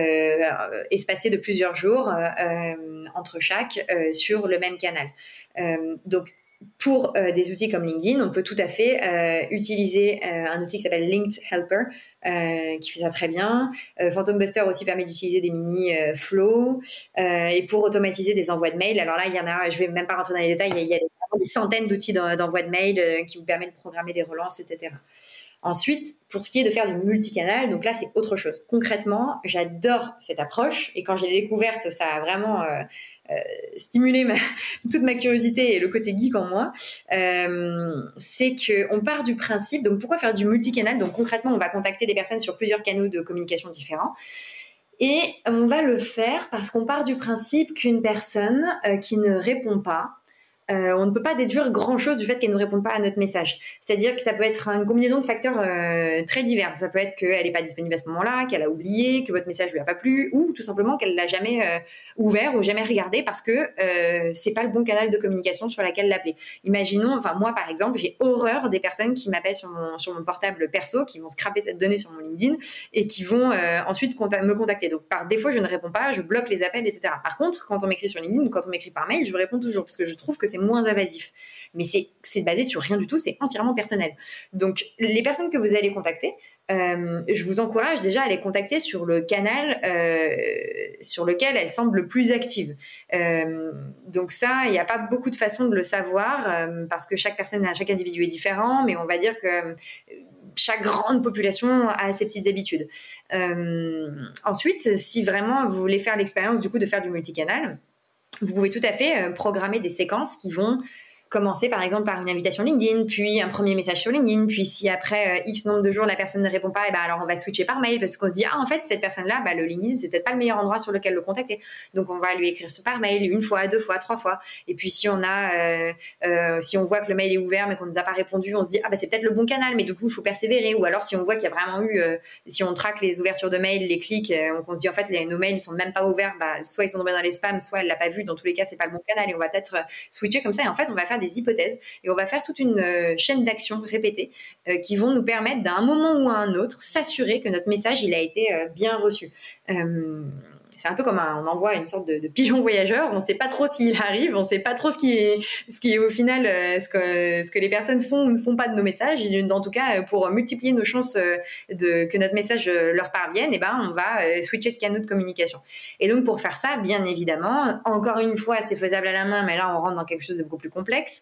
euh, espacées de plusieurs jours euh, entre chaque euh, sur le même canal. Euh, donc pour euh, des outils comme LinkedIn, on peut tout à fait euh, utiliser euh, un outil qui s'appelle Linked Helper, euh, qui fait ça très bien. Euh, Phantom Buster aussi permet d'utiliser des mini euh, flows. Euh, et pour automatiser des envois de mails, alors là, il y en a, je vais même pas rentrer dans les détails, il y a, il y a des, des centaines d'outils d'envoi de mails euh, qui vous permettent de programmer des relances, et cetera. Ensuite, pour ce qui est de faire du multicanal, donc là, c'est autre chose. Concrètement, j'adore cette approche et quand je l'ai découverte, ça a vraiment euh, euh, stimulé ma, toute ma curiosité et le côté geek en moi. Euh, c'est qu'on part du principe, donc pourquoi faire du multicanal? Donc concrètement, on va contacter des personnes sur plusieurs canaux de communication différents. Et on va le faire parce qu'on part du principe qu'une personne euh, qui ne répond pas, Euh, on ne peut pas déduire grand-chose du fait qu'elle ne réponde pas à notre message. C'est-à-dire que ça peut être une combinaison de facteurs euh, très divers. Ça peut être qu'elle n'est pas disponible à ce moment-là, qu'elle a oublié, que votre message lui a pas plu, ou tout simplement qu'elle l'a jamais euh, ouvert ou jamais regardé parce que euh, c'est pas le bon canal de communication sur laquelle l'appeler. Imaginons, enfin moi par exemple, j'ai horreur des personnes qui m'appellent sur mon sur mon portable perso, qui vont scraper cette donnée sur mon LinkedIn et qui vont euh, ensuite conta- me contacter. Donc par défaut, je ne réponds pas, je bloque les appels, et cetera. Par contre, quand on m'écrit sur LinkedIn ou quand on m'écrit par mail, je réponds toujours parce que je trouve que c'est moins invasif. Mais c'est, c'est basé sur rien du tout, c'est entièrement personnel. Donc, les personnes que vous allez contacter, euh, je vous encourage déjà à les contacter sur le canal euh, sur lequel elles semblent le plus actives. Euh, donc ça, il n'y a pas beaucoup de façons de le savoir euh, parce que chaque personne, chaque individu est différent, mais on va dire que chaque grande population a ses petites habitudes. Euh, ensuite, si vraiment vous voulez faire l'expérience du coup de faire du multicanal, vous pouvez tout à fait euh, programmer des séquences qui vont commencer par exemple par une invitation LinkedIn, puis un premier message sur LinkedIn, puis si après euh, X nombre de jours la personne ne répond pas, et ben alors on va switcher par mail parce qu'on se dit ah en fait cette personne-là, bah, le LinkedIn c'est peut-être pas le meilleur endroit sur lequel le contacter, donc on va lui écrire par mail une fois, deux fois, trois fois, et puis si on a, euh, euh, si on voit que le mail est ouvert mais qu'on nous a pas répondu, on se dit ah bah c'est peut-être le bon canal, mais du coup il faut persévérer, ou alors si on voit qu'il y a vraiment eu, euh, si on traque les ouvertures de mail, les clics, euh, on se dit en fait les, nos mails ne sont même pas ouverts, bah soit ils sont tombés dans les spams, soit elle l'a pas vu, dans tous les cas c'est pas le bon canal et on va peut-être euh, switcher comme ça, et en fait on va faire des hypothèses. Et on va faire toute une euh, chaîne d'actions répétées euh, qui vont nous permettre, d'un moment ou à un autre, s'assurer que notre message il a été euh, bien reçu. Euh, c'est un peu comme un, on envoie une sorte de, de pigeon voyageur. On ne sait pas trop s'il arrive, on ne sait pas trop ce qui est, ce qui est au final euh, ce, que, ce que les personnes font ou ne font pas de nos messages. Et en tout cas, pour multiplier nos chances euh, de, que notre message euh, leur parvienne, eh ben, on va euh, switcher de canaux de communication. Et donc, pour faire ça, bien évidemment, encore une fois, c'est faisable à la main, mais là, on rentre dans quelque chose de beaucoup plus complexe.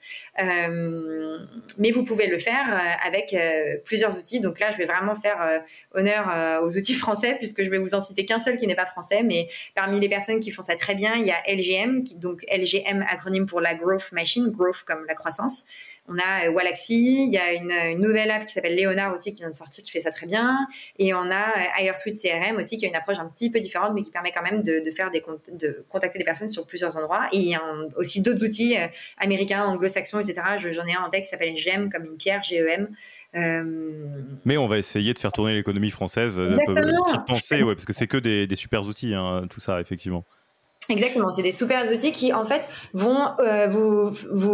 Euh, mais vous pouvez le faire euh, avec euh, plusieurs outils. Donc là, je vais vraiment faire euh, honneur euh, aux outils français, puisque je vais vous en citer qu'un seul qui n'est pas français, mais parmi les personnes qui font ça très bien, il y a L G M, qui, donc L G M, acronyme pour la Growth Machine, growth comme la croissance. On a euh, Walaxy, il y a une, une nouvelle app qui s'appelle Léonard aussi qui vient de sortir, qui fait ça très bien. Et on a euh, HireSuite C R M aussi, qui a une approche un petit peu différente, mais qui permet quand même de, de faire des de contacter des personnes sur plusieurs endroits. Et il y a un, aussi d'autres outils euh, américains, anglo-saxons, et cetera. Je, j'en ai un en tête qui s'appelle G E M, comme une pierre, G E M. Euh... Mais on va essayer de faire tourner l'économie française. Exactement. Petite pensée, ouais, parce que c'est que des, des super outils, hein, tout ça, effectivement. Exactement, c'est des super outils qui en fait vont euh, vous,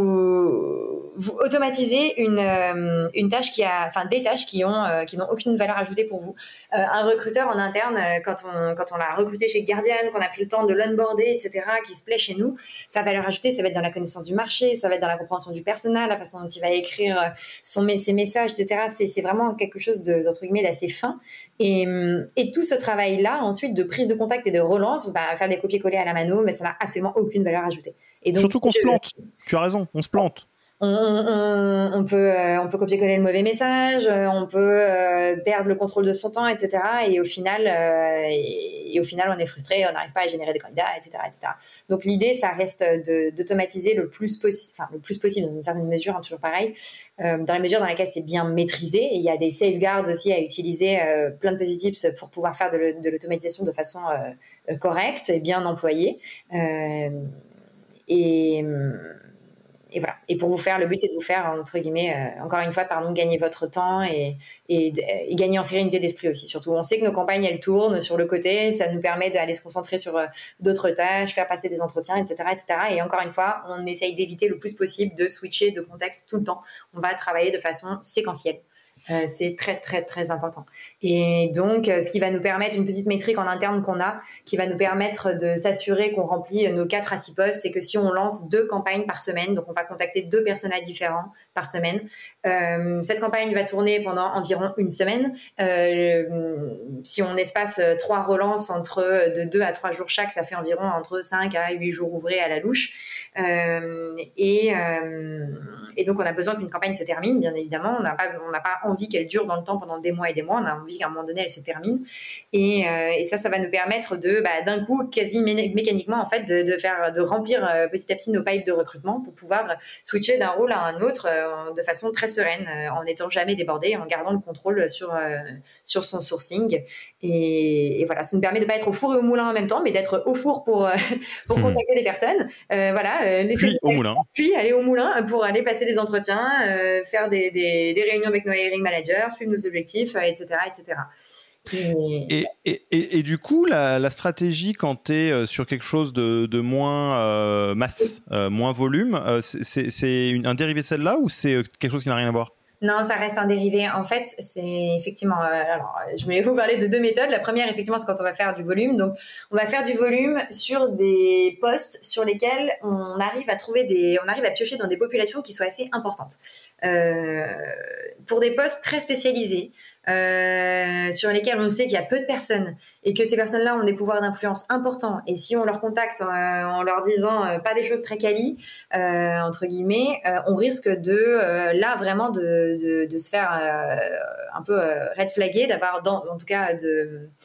vous, vous automatiser une, euh, une tâche qui a, enfin des tâches qui ont euh, qui n'ont aucune valeur ajoutée pour vous. Euh, un recruteur en interne, euh, quand on quand on l'a recruté chez Guardian, qu'on a pris le temps de l'onboarder, et cetera, qui se plaît chez nous, sa valeur ajoutée, ça va être dans la connaissance du marché, ça va être dans la compréhension du personnel, la façon dont il va écrire son ses messages, et cetera. C'est c'est vraiment quelque chose de, d'entre guillemets d'assez fin. Et, et tout ce travail-là, ensuite de prise de contact et de relance, bah, faire des copier-coller à la mano, mais ça n'a absolument aucune valeur ajoutée. Et donc, surtout qu'on je... se plante. Tu as raison, on se plante. On, on, on peut, euh, on peut copier-coller le mauvais message, euh, on peut euh, perdre le contrôle de son temps, et cetera. Et au final, euh, et, et au final, on est frustré, on n'arrive pas à générer des candidats, et cetera, et cetera. Donc l'idée, ça reste de, d'automatiser le plus possible, enfin le plus possible dans une certaine mesure, hein, toujours pareil, euh, dans la mesure dans laquelle c'est bien maîtrisé. Et il y a des safeguards aussi à utiliser, euh, plein de petits tips pour pouvoir faire de, le, de l'automatisation de façon euh, correcte et bien employée. Euh, et Et voilà. Et pour vous faire, le but, c'est de vous faire, entre guillemets, euh, encore une fois, pardon, gagner votre temps et, et, et gagner en sérénité d'esprit aussi. Surtout, on sait que nos campagnes, elles tournent sur le côté. Ça nous permet d'aller se concentrer sur euh, d'autres tâches, faire passer des entretiens, et cetera, et cetera. Et encore une fois, on essaye d'éviter le plus possible de switcher de contexte tout le temps. On va travailler de façon séquentielle. Euh, c'est très, très, très important. Et donc, euh, ce qui va nous permettre, une petite métrique en interne qu'on a, qui va nous permettre de s'assurer qu'on remplit nos quatre à six postes, c'est que si on lance deux campagnes par semaine, donc on va contacter deux personnages différents par semaine, euh, cette campagne va tourner pendant environ une semaine. Euh, si on espace trois relances entre de deux à trois jours chaque, ça fait environ entre cinq à huit jours ouvrés à la louche. Euh, et, euh, et donc, on a besoin qu'une campagne se termine, bien évidemment. On n'a pas, on n'a pas envie qu'elle dure dans le temps pendant des mois et des mois. On a envie qu'à un moment donné, elle se termine. Et, euh, et ça, ça va nous permettre de, bah, d'un coup, quasi mé- mécaniquement, en fait, de, de faire, de remplir euh, petit à petit nos pipes de recrutement pour pouvoir switcher d'un rôle à un autre euh, de façon très sereine, euh, en n'étant jamais débordé, en gardant le contrôle sur, euh, sur son sourcing. Et, et voilà, ça nous permet de ne pas être au four et au moulin en même temps, mais d'être au four pour, euh, pour mmh. contacter des personnes. Euh, voilà, euh, laisser puis au moulin. Puis aller au moulin pour aller passer des entretiens, euh, faire des, des, des réunions avec nos hiring managers, suivre nos objectifs, euh, et cetera, et cetera. Et, et, et, et du coup, la, la stratégie quand tu es sur quelque chose de, de moins euh, masse, euh, moins volume, euh, c'est, c'est une, un dérivé de celle-là ou c'est quelque chose qui n'a rien à voir ? Non, ça reste un dérivé. En fait, c'est effectivement... Euh, alors, je voulais vous parler de deux méthodes. La première, effectivement, c'est quand on va faire du volume. Donc, on va faire du volume sur des postes sur lesquels on arrive à trouver des... On arrive à piocher dans des populations qui soient assez importantes. Euh, pour des postes très spécialisés, euh, sur lesquels on sait qu'il y a peu de personnes et que ces personnes-là ont des pouvoirs d'influence importants. Et si on leur contacte euh, en leur disant euh, pas des choses très quali, euh, entre guillemets, euh, on risque de, euh, là, vraiment de, de, de se faire euh, un peu euh, red flaguer, d'avoir, dans, en tout cas, de...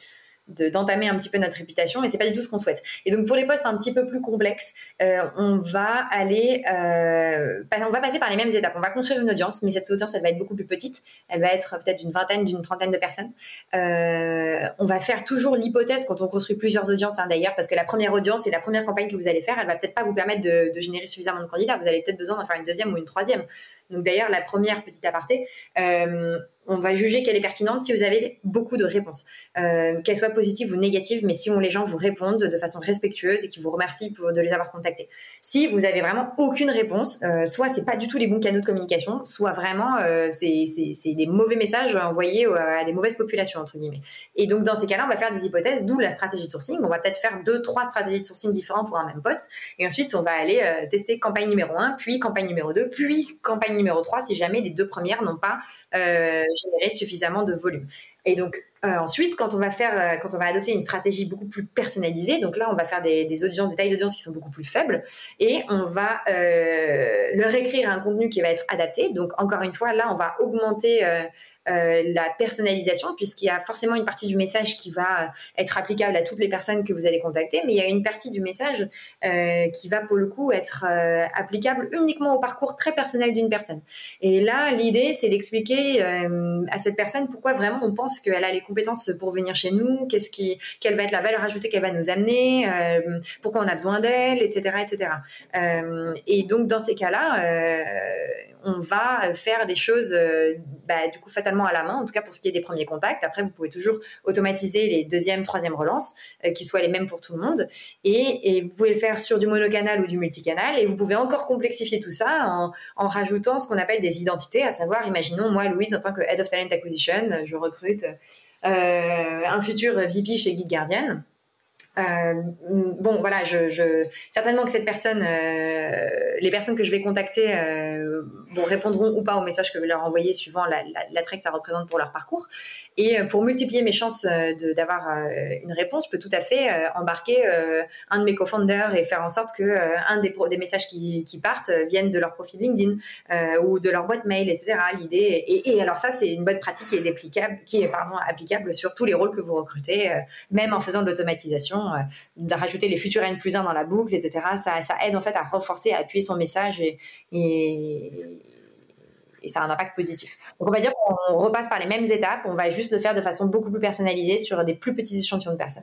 de, d'entamer un petit peu notre réputation et c'est pas du tout ce qu'on souhaite. Et donc pour les postes un petit peu plus complexes, euh, on va aller, euh, on va passer par les mêmes étapes. On va construire une audience, mais cette audience elle va être beaucoup plus petite. Elle va être peut-être d'une vingtaine, d'une trentaine de personnes. Euh, on va faire toujours l'hypothèse quand on construit plusieurs audiences, hein, d'ailleurs, parce que la première audience et la première campagne que vous allez faire, elle va peut-être pas vous permettre de, de générer suffisamment de candidats. Vous allez peut-être besoin d'en faire une deuxième ou une troisième. Donc d'ailleurs, la première petite aparté, euh, on va juger qu'elle est pertinente si vous avez beaucoup de réponses, euh, qu'elles soient positives ou négatives, mais si on, les gens vous répondent de façon respectueuse et qu'ils vous remercient pour, de les avoir contactés. Si vous avez vraiment aucune réponse, euh, soit c'est pas du tout les bons canaux de communication, soit vraiment euh, c'est, c'est, c'est des mauvais messages envoyés à des mauvaises populations, entre guillemets. Et donc dans ces cas-là, on va faire des hypothèses, d'où la stratégie de sourcing. On va peut-être faire deux, trois stratégies de sourcing différentes pour un même poste, et ensuite on va aller euh, tester campagne numéro un, puis campagne numéro deux, puis campagne numéro trois si jamais les deux premières n'ont pas euh, générer suffisamment de volume. Et donc euh, ensuite, quand on va faire, euh, quand on va adopter une stratégie beaucoup plus personnalisée, donc là on va faire des, des audiences, des tailles d'audience qui sont beaucoup plus faibles, et on va euh, leur écrire un contenu qui va être adapté. Donc encore une fois, là on va augmenter euh, euh, la personnalisation puisqu'il y a forcément une partie du message qui va être applicable à toutes les personnes que vous allez contacter, mais il y a une partie du message euh, qui va pour le coup être euh, applicable uniquement au parcours très personnel d'une personne. Et là, l'idée c'est d'expliquer euh, à cette personne pourquoi vraiment on pense qu'elle a les compétences pour venir chez nous, qu'est-ce qui, quelle va être la valeur ajoutée qu'elle va nous amener, euh, pourquoi on a besoin d'elle, et cetera, et cetera. Euh, et donc dans ces cas-là, euh, on va faire des choses, euh, bah, du coup fatalement à la main, en tout cas pour ce qui est des premiers contacts. Après, vous pouvez toujours automatiser les deuxième, troisième relances, euh, qui soient les mêmes pour tout le monde. Et, et vous pouvez le faire sur du monocanal ou du multicanal. Et vous pouvez encore complexifier tout ça en, en rajoutant ce qu'on appelle des identités, à savoir, imaginons moi, Louise, en tant que Head of Talent Acquisition, je recrute euh, un futur V P chez Geek Guardian. Euh, bon, voilà, je, je, certainement que cette personne, euh, les personnes que je vais contacter, euh, bon, répondront ou pas aux messages que je vais leur envoyer suivant la, la, l'attrait que ça représente pour leur parcours. Et pour multiplier mes chances de, d'avoir euh, une réponse, je peux tout à fait euh, embarquer euh, un de mes co-founders et faire en sorte que euh, un des, pro- des messages qui, qui partent viennent de leur profil LinkedIn euh, ou de leur boîte mail, et cetera. L'idée, et, et alors ça, c'est une bonne pratique qui est applicable, qui est pardon applicable sur tous les rôles que vous recrutez, euh, même en faisant de l'automatisation. Euh, de rajouter les futurs N plus un dans la boucle, et cetera. Ça, ça aide en fait à renforcer, à appuyer son message et, et, et ça a un impact positif. Donc on va dire qu'on repasse par les mêmes étapes, on va juste le faire de façon beaucoup plus personnalisée sur des plus petits échantillons de personnes.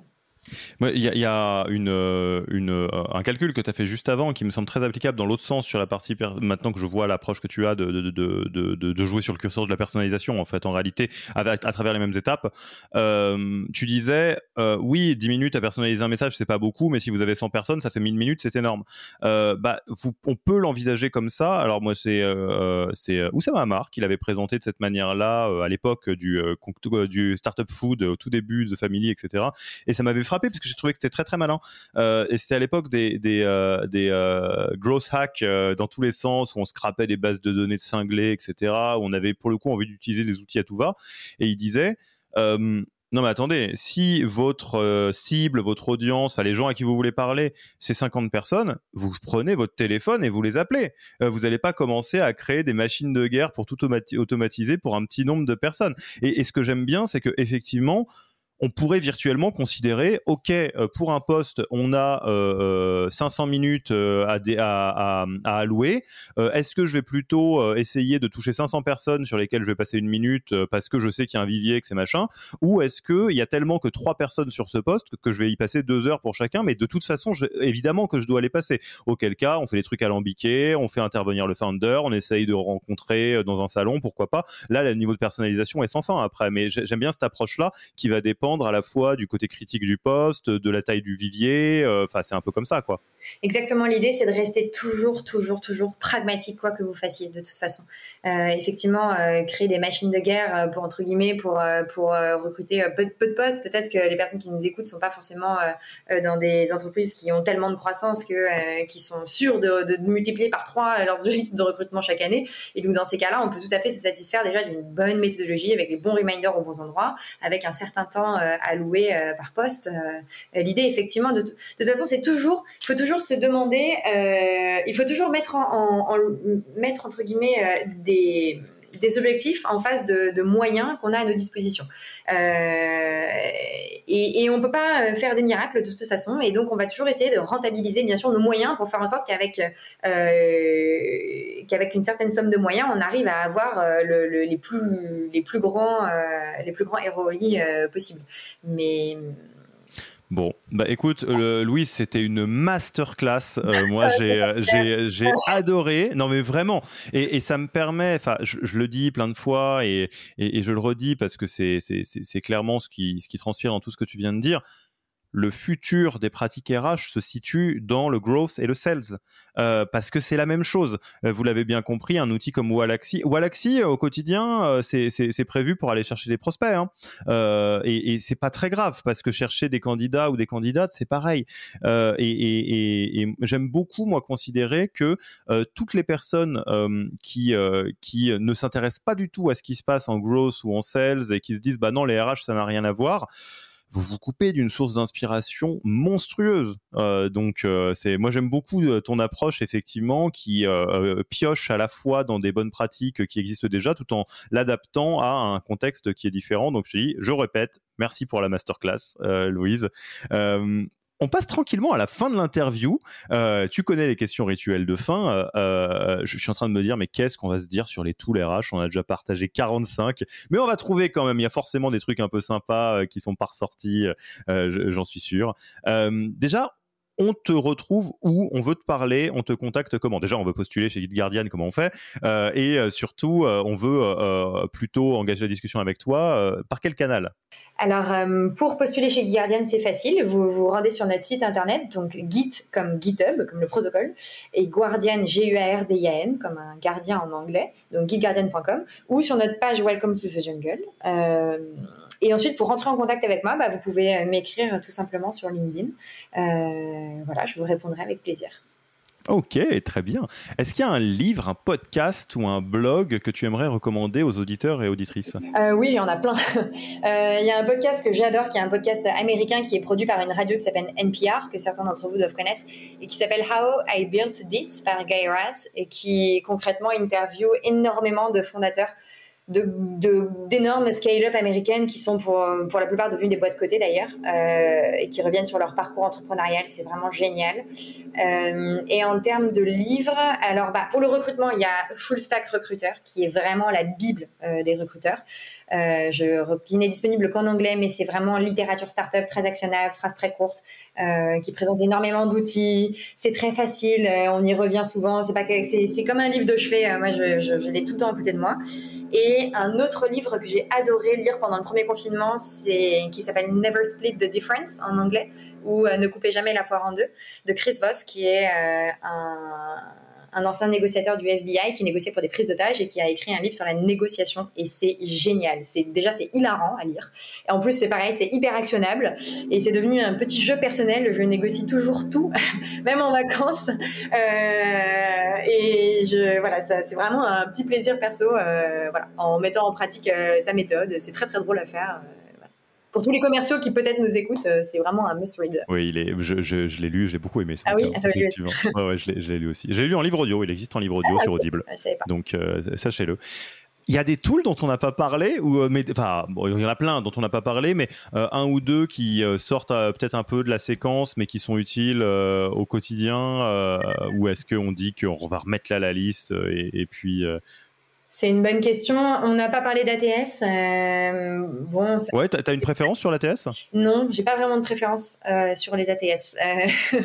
Il y a, y a une, une, un calcul que tu as fait juste avant qui me semble très applicable dans l'autre sens sur la partie, per... maintenant que je vois l'approche que tu as de, de, de, de, de jouer sur le curseur de la personnalisation, en fait, en réalité, à, à travers les mêmes étapes. Euh, tu disais, euh, oui, dix minutes à personnaliser un message, c'est pas beaucoup, mais si vous avez cent personnes, ça fait mille minutes, c'est énorme. Euh, bah, vous, on peut l'envisager comme ça. Alors moi, c'est, euh, c'est Oussama Hamar qui l'avait présenté de cette manière-là euh, à l'époque du, euh, du Startup Food, au tout début, The Family, et cetera. Et ça m'avait frappé parce que j'ai trouvé que c'était très très malin euh, et c'était à l'époque des des euh, des euh, growth hacks euh, dans tous les sens où on scrapait des bases de données de cinglées, etc., où on avait pour le coup envie d'utiliser des outils à tout va. Et il disait euh, non mais attendez, si votre euh, cible, votre audience, enfin les gens à qui vous voulez parler, c'est cinquante personnes, vous prenez votre téléphone et vous les appelez. Euh, vous n'allez pas commencer à créer des machines de guerre pour tout automati- automatiser pour un petit nombre de personnes. Et, et ce que j'aime bien, c'est que effectivement on pourrait virtuellement considérer, ok, euh, pour un poste, on a euh, cinq cents minutes euh, à, dé- à, à, à allouer. Euh, est-ce que je vais plutôt euh, essayer de toucher cinq cents personnes sur lesquelles je vais passer une minute euh, parce que je sais qu'il y a un vivier, que c'est machin, ou est-ce qu'il y a tellement que trois personnes sur ce poste que, que je vais y passer deux heures pour chacun, mais de toute façon, je, évidemment que je dois les passer. Auquel cas, on fait des trucs alambiqués, on fait intervenir le founder, on essaye de rencontrer dans un salon, pourquoi pas. Là, le niveau de personnalisation est sans fin après, mais j'aime bien cette approche-là qui va dépendre à la fois du côté critique du poste, de la taille du vivier, enfin euh, c'est un peu comme ça quoi. Exactement, l'idée c'est de rester toujours, toujours, toujours pragmatique quoi que vous fassiez de toute façon. Euh, effectivement, euh, créer des machines de guerre pour entre guillemets pour euh, pour euh, recruter euh, peu, peu de postes. Peut-être que les personnes qui nous écoutent sont pas forcément euh, dans des entreprises qui ont tellement de croissance que euh, qui sont sûres de, de multiplier par trois leurs objectifs de recrutement chaque année. Et donc dans ces cas-là, on peut tout à fait se satisfaire déjà d'une bonne méthodologie avec les bons reminders aux bons endroits, avec un certain temps euh, alloué euh, par poste. Euh, l'idée effectivement de, de toute façon c'est toujours, il faut toujours se demander, euh, il faut toujours mettre en, en, en mettre entre guillemets euh, des des objectifs en face de, de moyens qu'on a à nos dispositions. Euh, et, et on peut pas faire des miracles de toute façon. Et donc, on va toujours essayer de rentabiliser, bien sûr, nos moyens pour faire en sorte qu'avec euh, qu'avec une certaine somme de moyens, on arrive à avoir euh, le, le, les plus les plus grands euh, les plus grands R O I euh, possibles. Mais Bon, bah écoute, euh, Louise, c'était une masterclass. Euh, moi, j'ai, euh, j'ai, j'ai adoré. Non, mais vraiment. Et, et ça me permet, enfin, je, je le dis plein de fois et, et, et je le redis parce que c'est, c'est, c'est, c'est clairement ce qui, ce qui transpire dans tout ce que tu viens de dire. Le futur des pratiques R H se situe dans le growth et le sales, euh, parce que c'est la même chose. Euh, vous l'avez bien compris, un outil comme Wallaxy, Wallaxy au quotidien, euh, c'est, c'est, c'est prévu pour aller chercher des prospects, hein. euh, et, et c'est pas très grave parce que chercher des candidats ou des candidates, c'est pareil. Euh, et, et, et, et j'aime beaucoup moi considérer que euh, toutes les personnes euh, qui euh, qui ne s'intéressent pas du tout à ce qui se passe en growth ou en sales et qui se disent bah non les R H ça n'a rien à voir. Vous vous coupez d'une source d'inspiration monstrueuse. Euh, donc, euh, c'est, moi, j'aime beaucoup ton approche, effectivement, qui euh, pioche à la fois dans des bonnes pratiques qui existent déjà, tout en l'adaptant à un contexte qui est différent. Donc, je te dis, je répète, merci pour la masterclass, euh, Louise. Euh, On passe tranquillement à la fin de l'interview. Euh, tu connais les questions rituelles de fin. Euh, je, je suis en train de me dire, mais qu'est-ce qu'on va se dire sur les tools R H ? On a déjà partagé quarante-cinq, mais on va trouver quand même. Il y a forcément des trucs un peu sympas euh, qui sont pas ressortis. Euh, j'en suis sûr. Euh, déjà, on te retrouve où? On veut te parler, on te contacte comment? Déjà, on veut postuler chez GuideGuardian, comment on fait? euh, Et euh, surtout, euh, on veut euh, plutôt engager la discussion avec toi. Euh, par quel canal? Alors, euh, pour postuler chez GuideGuardian, c'est facile. Vous vous rendez sur notre site internet, donc Git comme GitHub, comme le protocole, et Guardian, G U A R D I A N, comme un gardien en anglais, donc guide guardian point com, ou sur notre page Welcome to the Jungle. Euh, Et ensuite, pour rentrer en contact avec moi, bah, vous pouvez m'écrire tout simplement sur LinkedIn. Euh, voilà, je vous répondrai avec plaisir. Ok, très bien. Est-ce qu'il y a un livre, un podcast ou un blog que tu aimerais recommander aux auditeurs et auditrices? euh, Oui, il y en a plein. euh, il y a un podcast que j'adore, qui est un podcast américain qui est produit par une radio qui s'appelle N P R, que certains d'entre vous doivent connaître, et qui s'appelle How I Built This par Guy Raz, et qui concrètement interviewe énormément de fondateurs De, de, d'énormes scale-up américaines qui sont pour, pour la plupart devenues des boîtes cotées d'ailleurs, euh, et qui reviennent sur leur parcours entrepreneurial. C'est vraiment génial. Euh, et en termes de livres, alors bah, pour le recrutement, il y a Full Stack Recruiter qui est vraiment la bible euh, des recruteurs. Euh, je, qui n'est disponible qu'en anglais, mais c'est vraiment littérature startup très actionnable, phrases très courtes, euh, qui présente énormément d'outils. C'est très facile, euh, on y revient souvent. C'est, pas que, c'est, c'est comme un livre de chevet. Euh, moi, je, je, je l'ai tout le temps à côté de moi. Et un autre livre que j'ai adoré lire pendant le premier confinement, c'est, qui s'appelle Never Split the Difference en anglais, ou euh, Ne coupez jamais la poire en deux, de Chris Voss, qui est euh, un, un ancien négociateur du F B I qui négociait pour des prises d'otages et qui a écrit un livre sur la négociation. Et c'est génial. C'est, déjà, c'est hilarant à lire. Et en plus, c'est pareil, c'est hyper actionnable. Et c'est devenu un petit jeu personnel. Je négocie toujours tout, même en vacances. Euh, et je, voilà, ça, c'est vraiment un petit plaisir perso, euh, voilà, en mettant en pratique euh, sa méthode. C'est très, très drôle à faire. Euh, Pour tous les commerciaux qui peut-être nous écoutent, euh, c'est vraiment un must-read. Oui, il est, je, je, je l'ai lu, j'ai beaucoup aimé ce ah bouquin, oui, effectivement. ouais, ouais, je, l'ai, je l'ai lu aussi. J'ai lu en livre audio, il existe en livre audio ah, sur Audible. Je savais pas. Donc, euh, sachez-le. Il y a des tools dont on n'a pas parlé, ou, mais, enfin, bon, il y en a plein dont on n'a pas parlé, mais euh, un ou deux qui euh, sortent euh, peut-être un peu de la séquence, mais qui sont utiles euh, au quotidien, euh, ou est-ce qu'on dit qu'on va remettre là la liste et, et puis... Euh... C'est une bonne question. On n'a pas parlé d'A T S. Euh, bon, ça... Ouais, t'as, t'as une préférence sur l'A T S ? Non, j'ai pas vraiment de préférence euh, sur les A T S. Euh,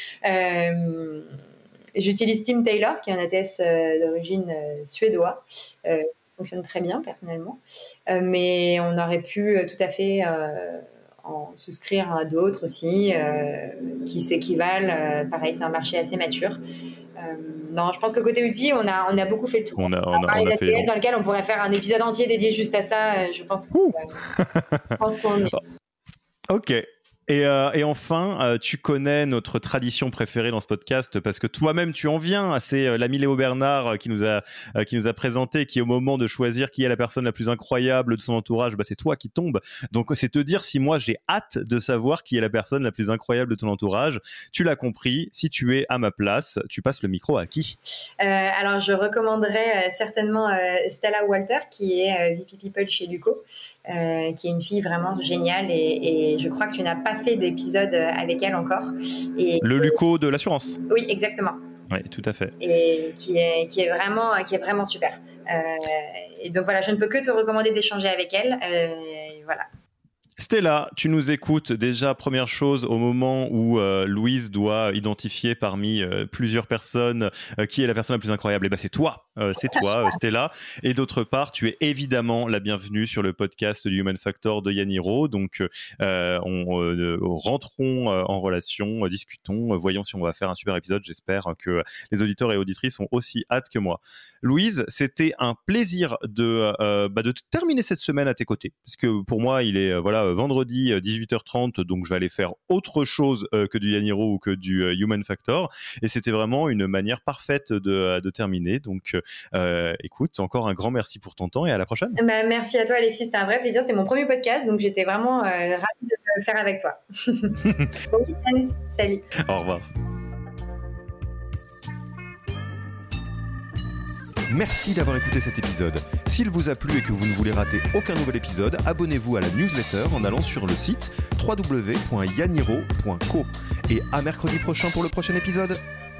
euh, j'utilise Tim Taylor, qui est un A T S euh, d'origine euh, suédois. Euh, fonctionne très bien personnellement, euh, mais on aurait pu euh, tout à fait euh, en souscrire à d'autres aussi euh, qui s'équivalent. Euh, pareil, c'est un marché assez mature. Euh, non, je pense que côté outils, on a, on a beaucoup fait le tour. On a, on a, on a parlé on a d'A T S fait... dans lequel on pourrait faire un épisode entier dédié juste à ça. Je pense, que, euh, je pense qu'on est. Ok. Et, euh, et enfin, euh, tu connais notre tradition préférée dans ce podcast parce que toi-même tu en viens. C'est euh, l'ami Léo Bernard euh, qui nous a euh, qui nous a présenté, qui au moment de choisir qui est la personne la plus incroyable de son entourage, bah, c'est toi qui tombes. Donc c'est te dire si moi j'ai hâte de savoir qui est la personne la plus incroyable de ton entourage. Tu l'as compris. Si tu es à ma place, tu passes le micro à qui? euh, Alors je recommanderais euh, certainement euh, Stella Walter, qui est euh, V P People chez Luco, euh, qui est une fille vraiment géniale et, et je crois que tu n'as pas fait d'épisode avec elle encore. Et, le Luco de l'assurance. Oui, exactement. Oui, tout à fait. Et qui est, qui est, vraiment, qui est vraiment super. Euh, et donc voilà, je ne peux que te recommander d'échanger avec elle. Euh, voilà. Stella, tu nous écoutes déjà, première chose, au moment où euh, Louise doit identifier parmi euh, plusieurs personnes euh, qui est la personne la plus incroyable. Et ben c'est toi, euh, c'est toi euh, Stella. Et d'autre part, tu es évidemment la bienvenue sur le podcast du Human Factor de Yann Hiro. Donc euh, on euh, rentrons euh, en relation, euh, discutons, euh, voyons si on va faire un super épisode. J'espère que les auditeurs et auditrices ont aussi hâte que moi. Louise, c'était un plaisir de, euh, bah, de terminer cette semaine à tes côtés. Parce que pour moi, il est... Euh, voilà, vendredi dix-huit heures trente, donc je vais aller faire autre chose euh, que du Yann Hiro ou que du euh, Human Factor, et c'était vraiment une manière parfaite de, de terminer. Donc euh, écoute, encore un grand merci pour ton temps et à la prochaine. Bah, merci à toi Alexis, c'était un vrai plaisir, c'était mon premier podcast, donc j'étais vraiment euh, ravie de le faire avec toi. Bon week-end, salut. Au revoir. Merci d'avoir écouté cet épisode. S'il vous a plu et que vous ne voulez rater aucun nouvel épisode, abonnez-vous à la newsletter en allant sur le site w w w point yaniro point co. Et à mercredi prochain pour le prochain épisode.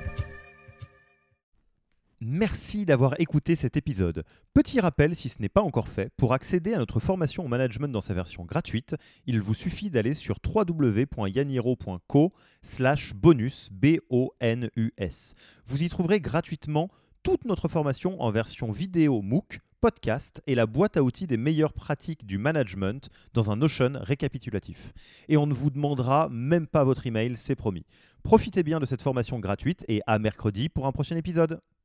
Merci d'avoir écouté cet épisode. Petit rappel, si ce n'est pas encore fait, pour accéder à notre formation au management dans sa version gratuite, il vous suffit d'aller sur w w w point yaniro point co slash bonus, B O N U S. Vous y trouverez gratuitement toute notre formation en version vidéo MOOC, podcast et la boîte à outils des meilleures pratiques du management dans un Notion récapitulatif. Et on ne vous demandera même pas votre email, c'est promis. Profitez bien de cette formation gratuite et à mercredi pour un prochain épisode.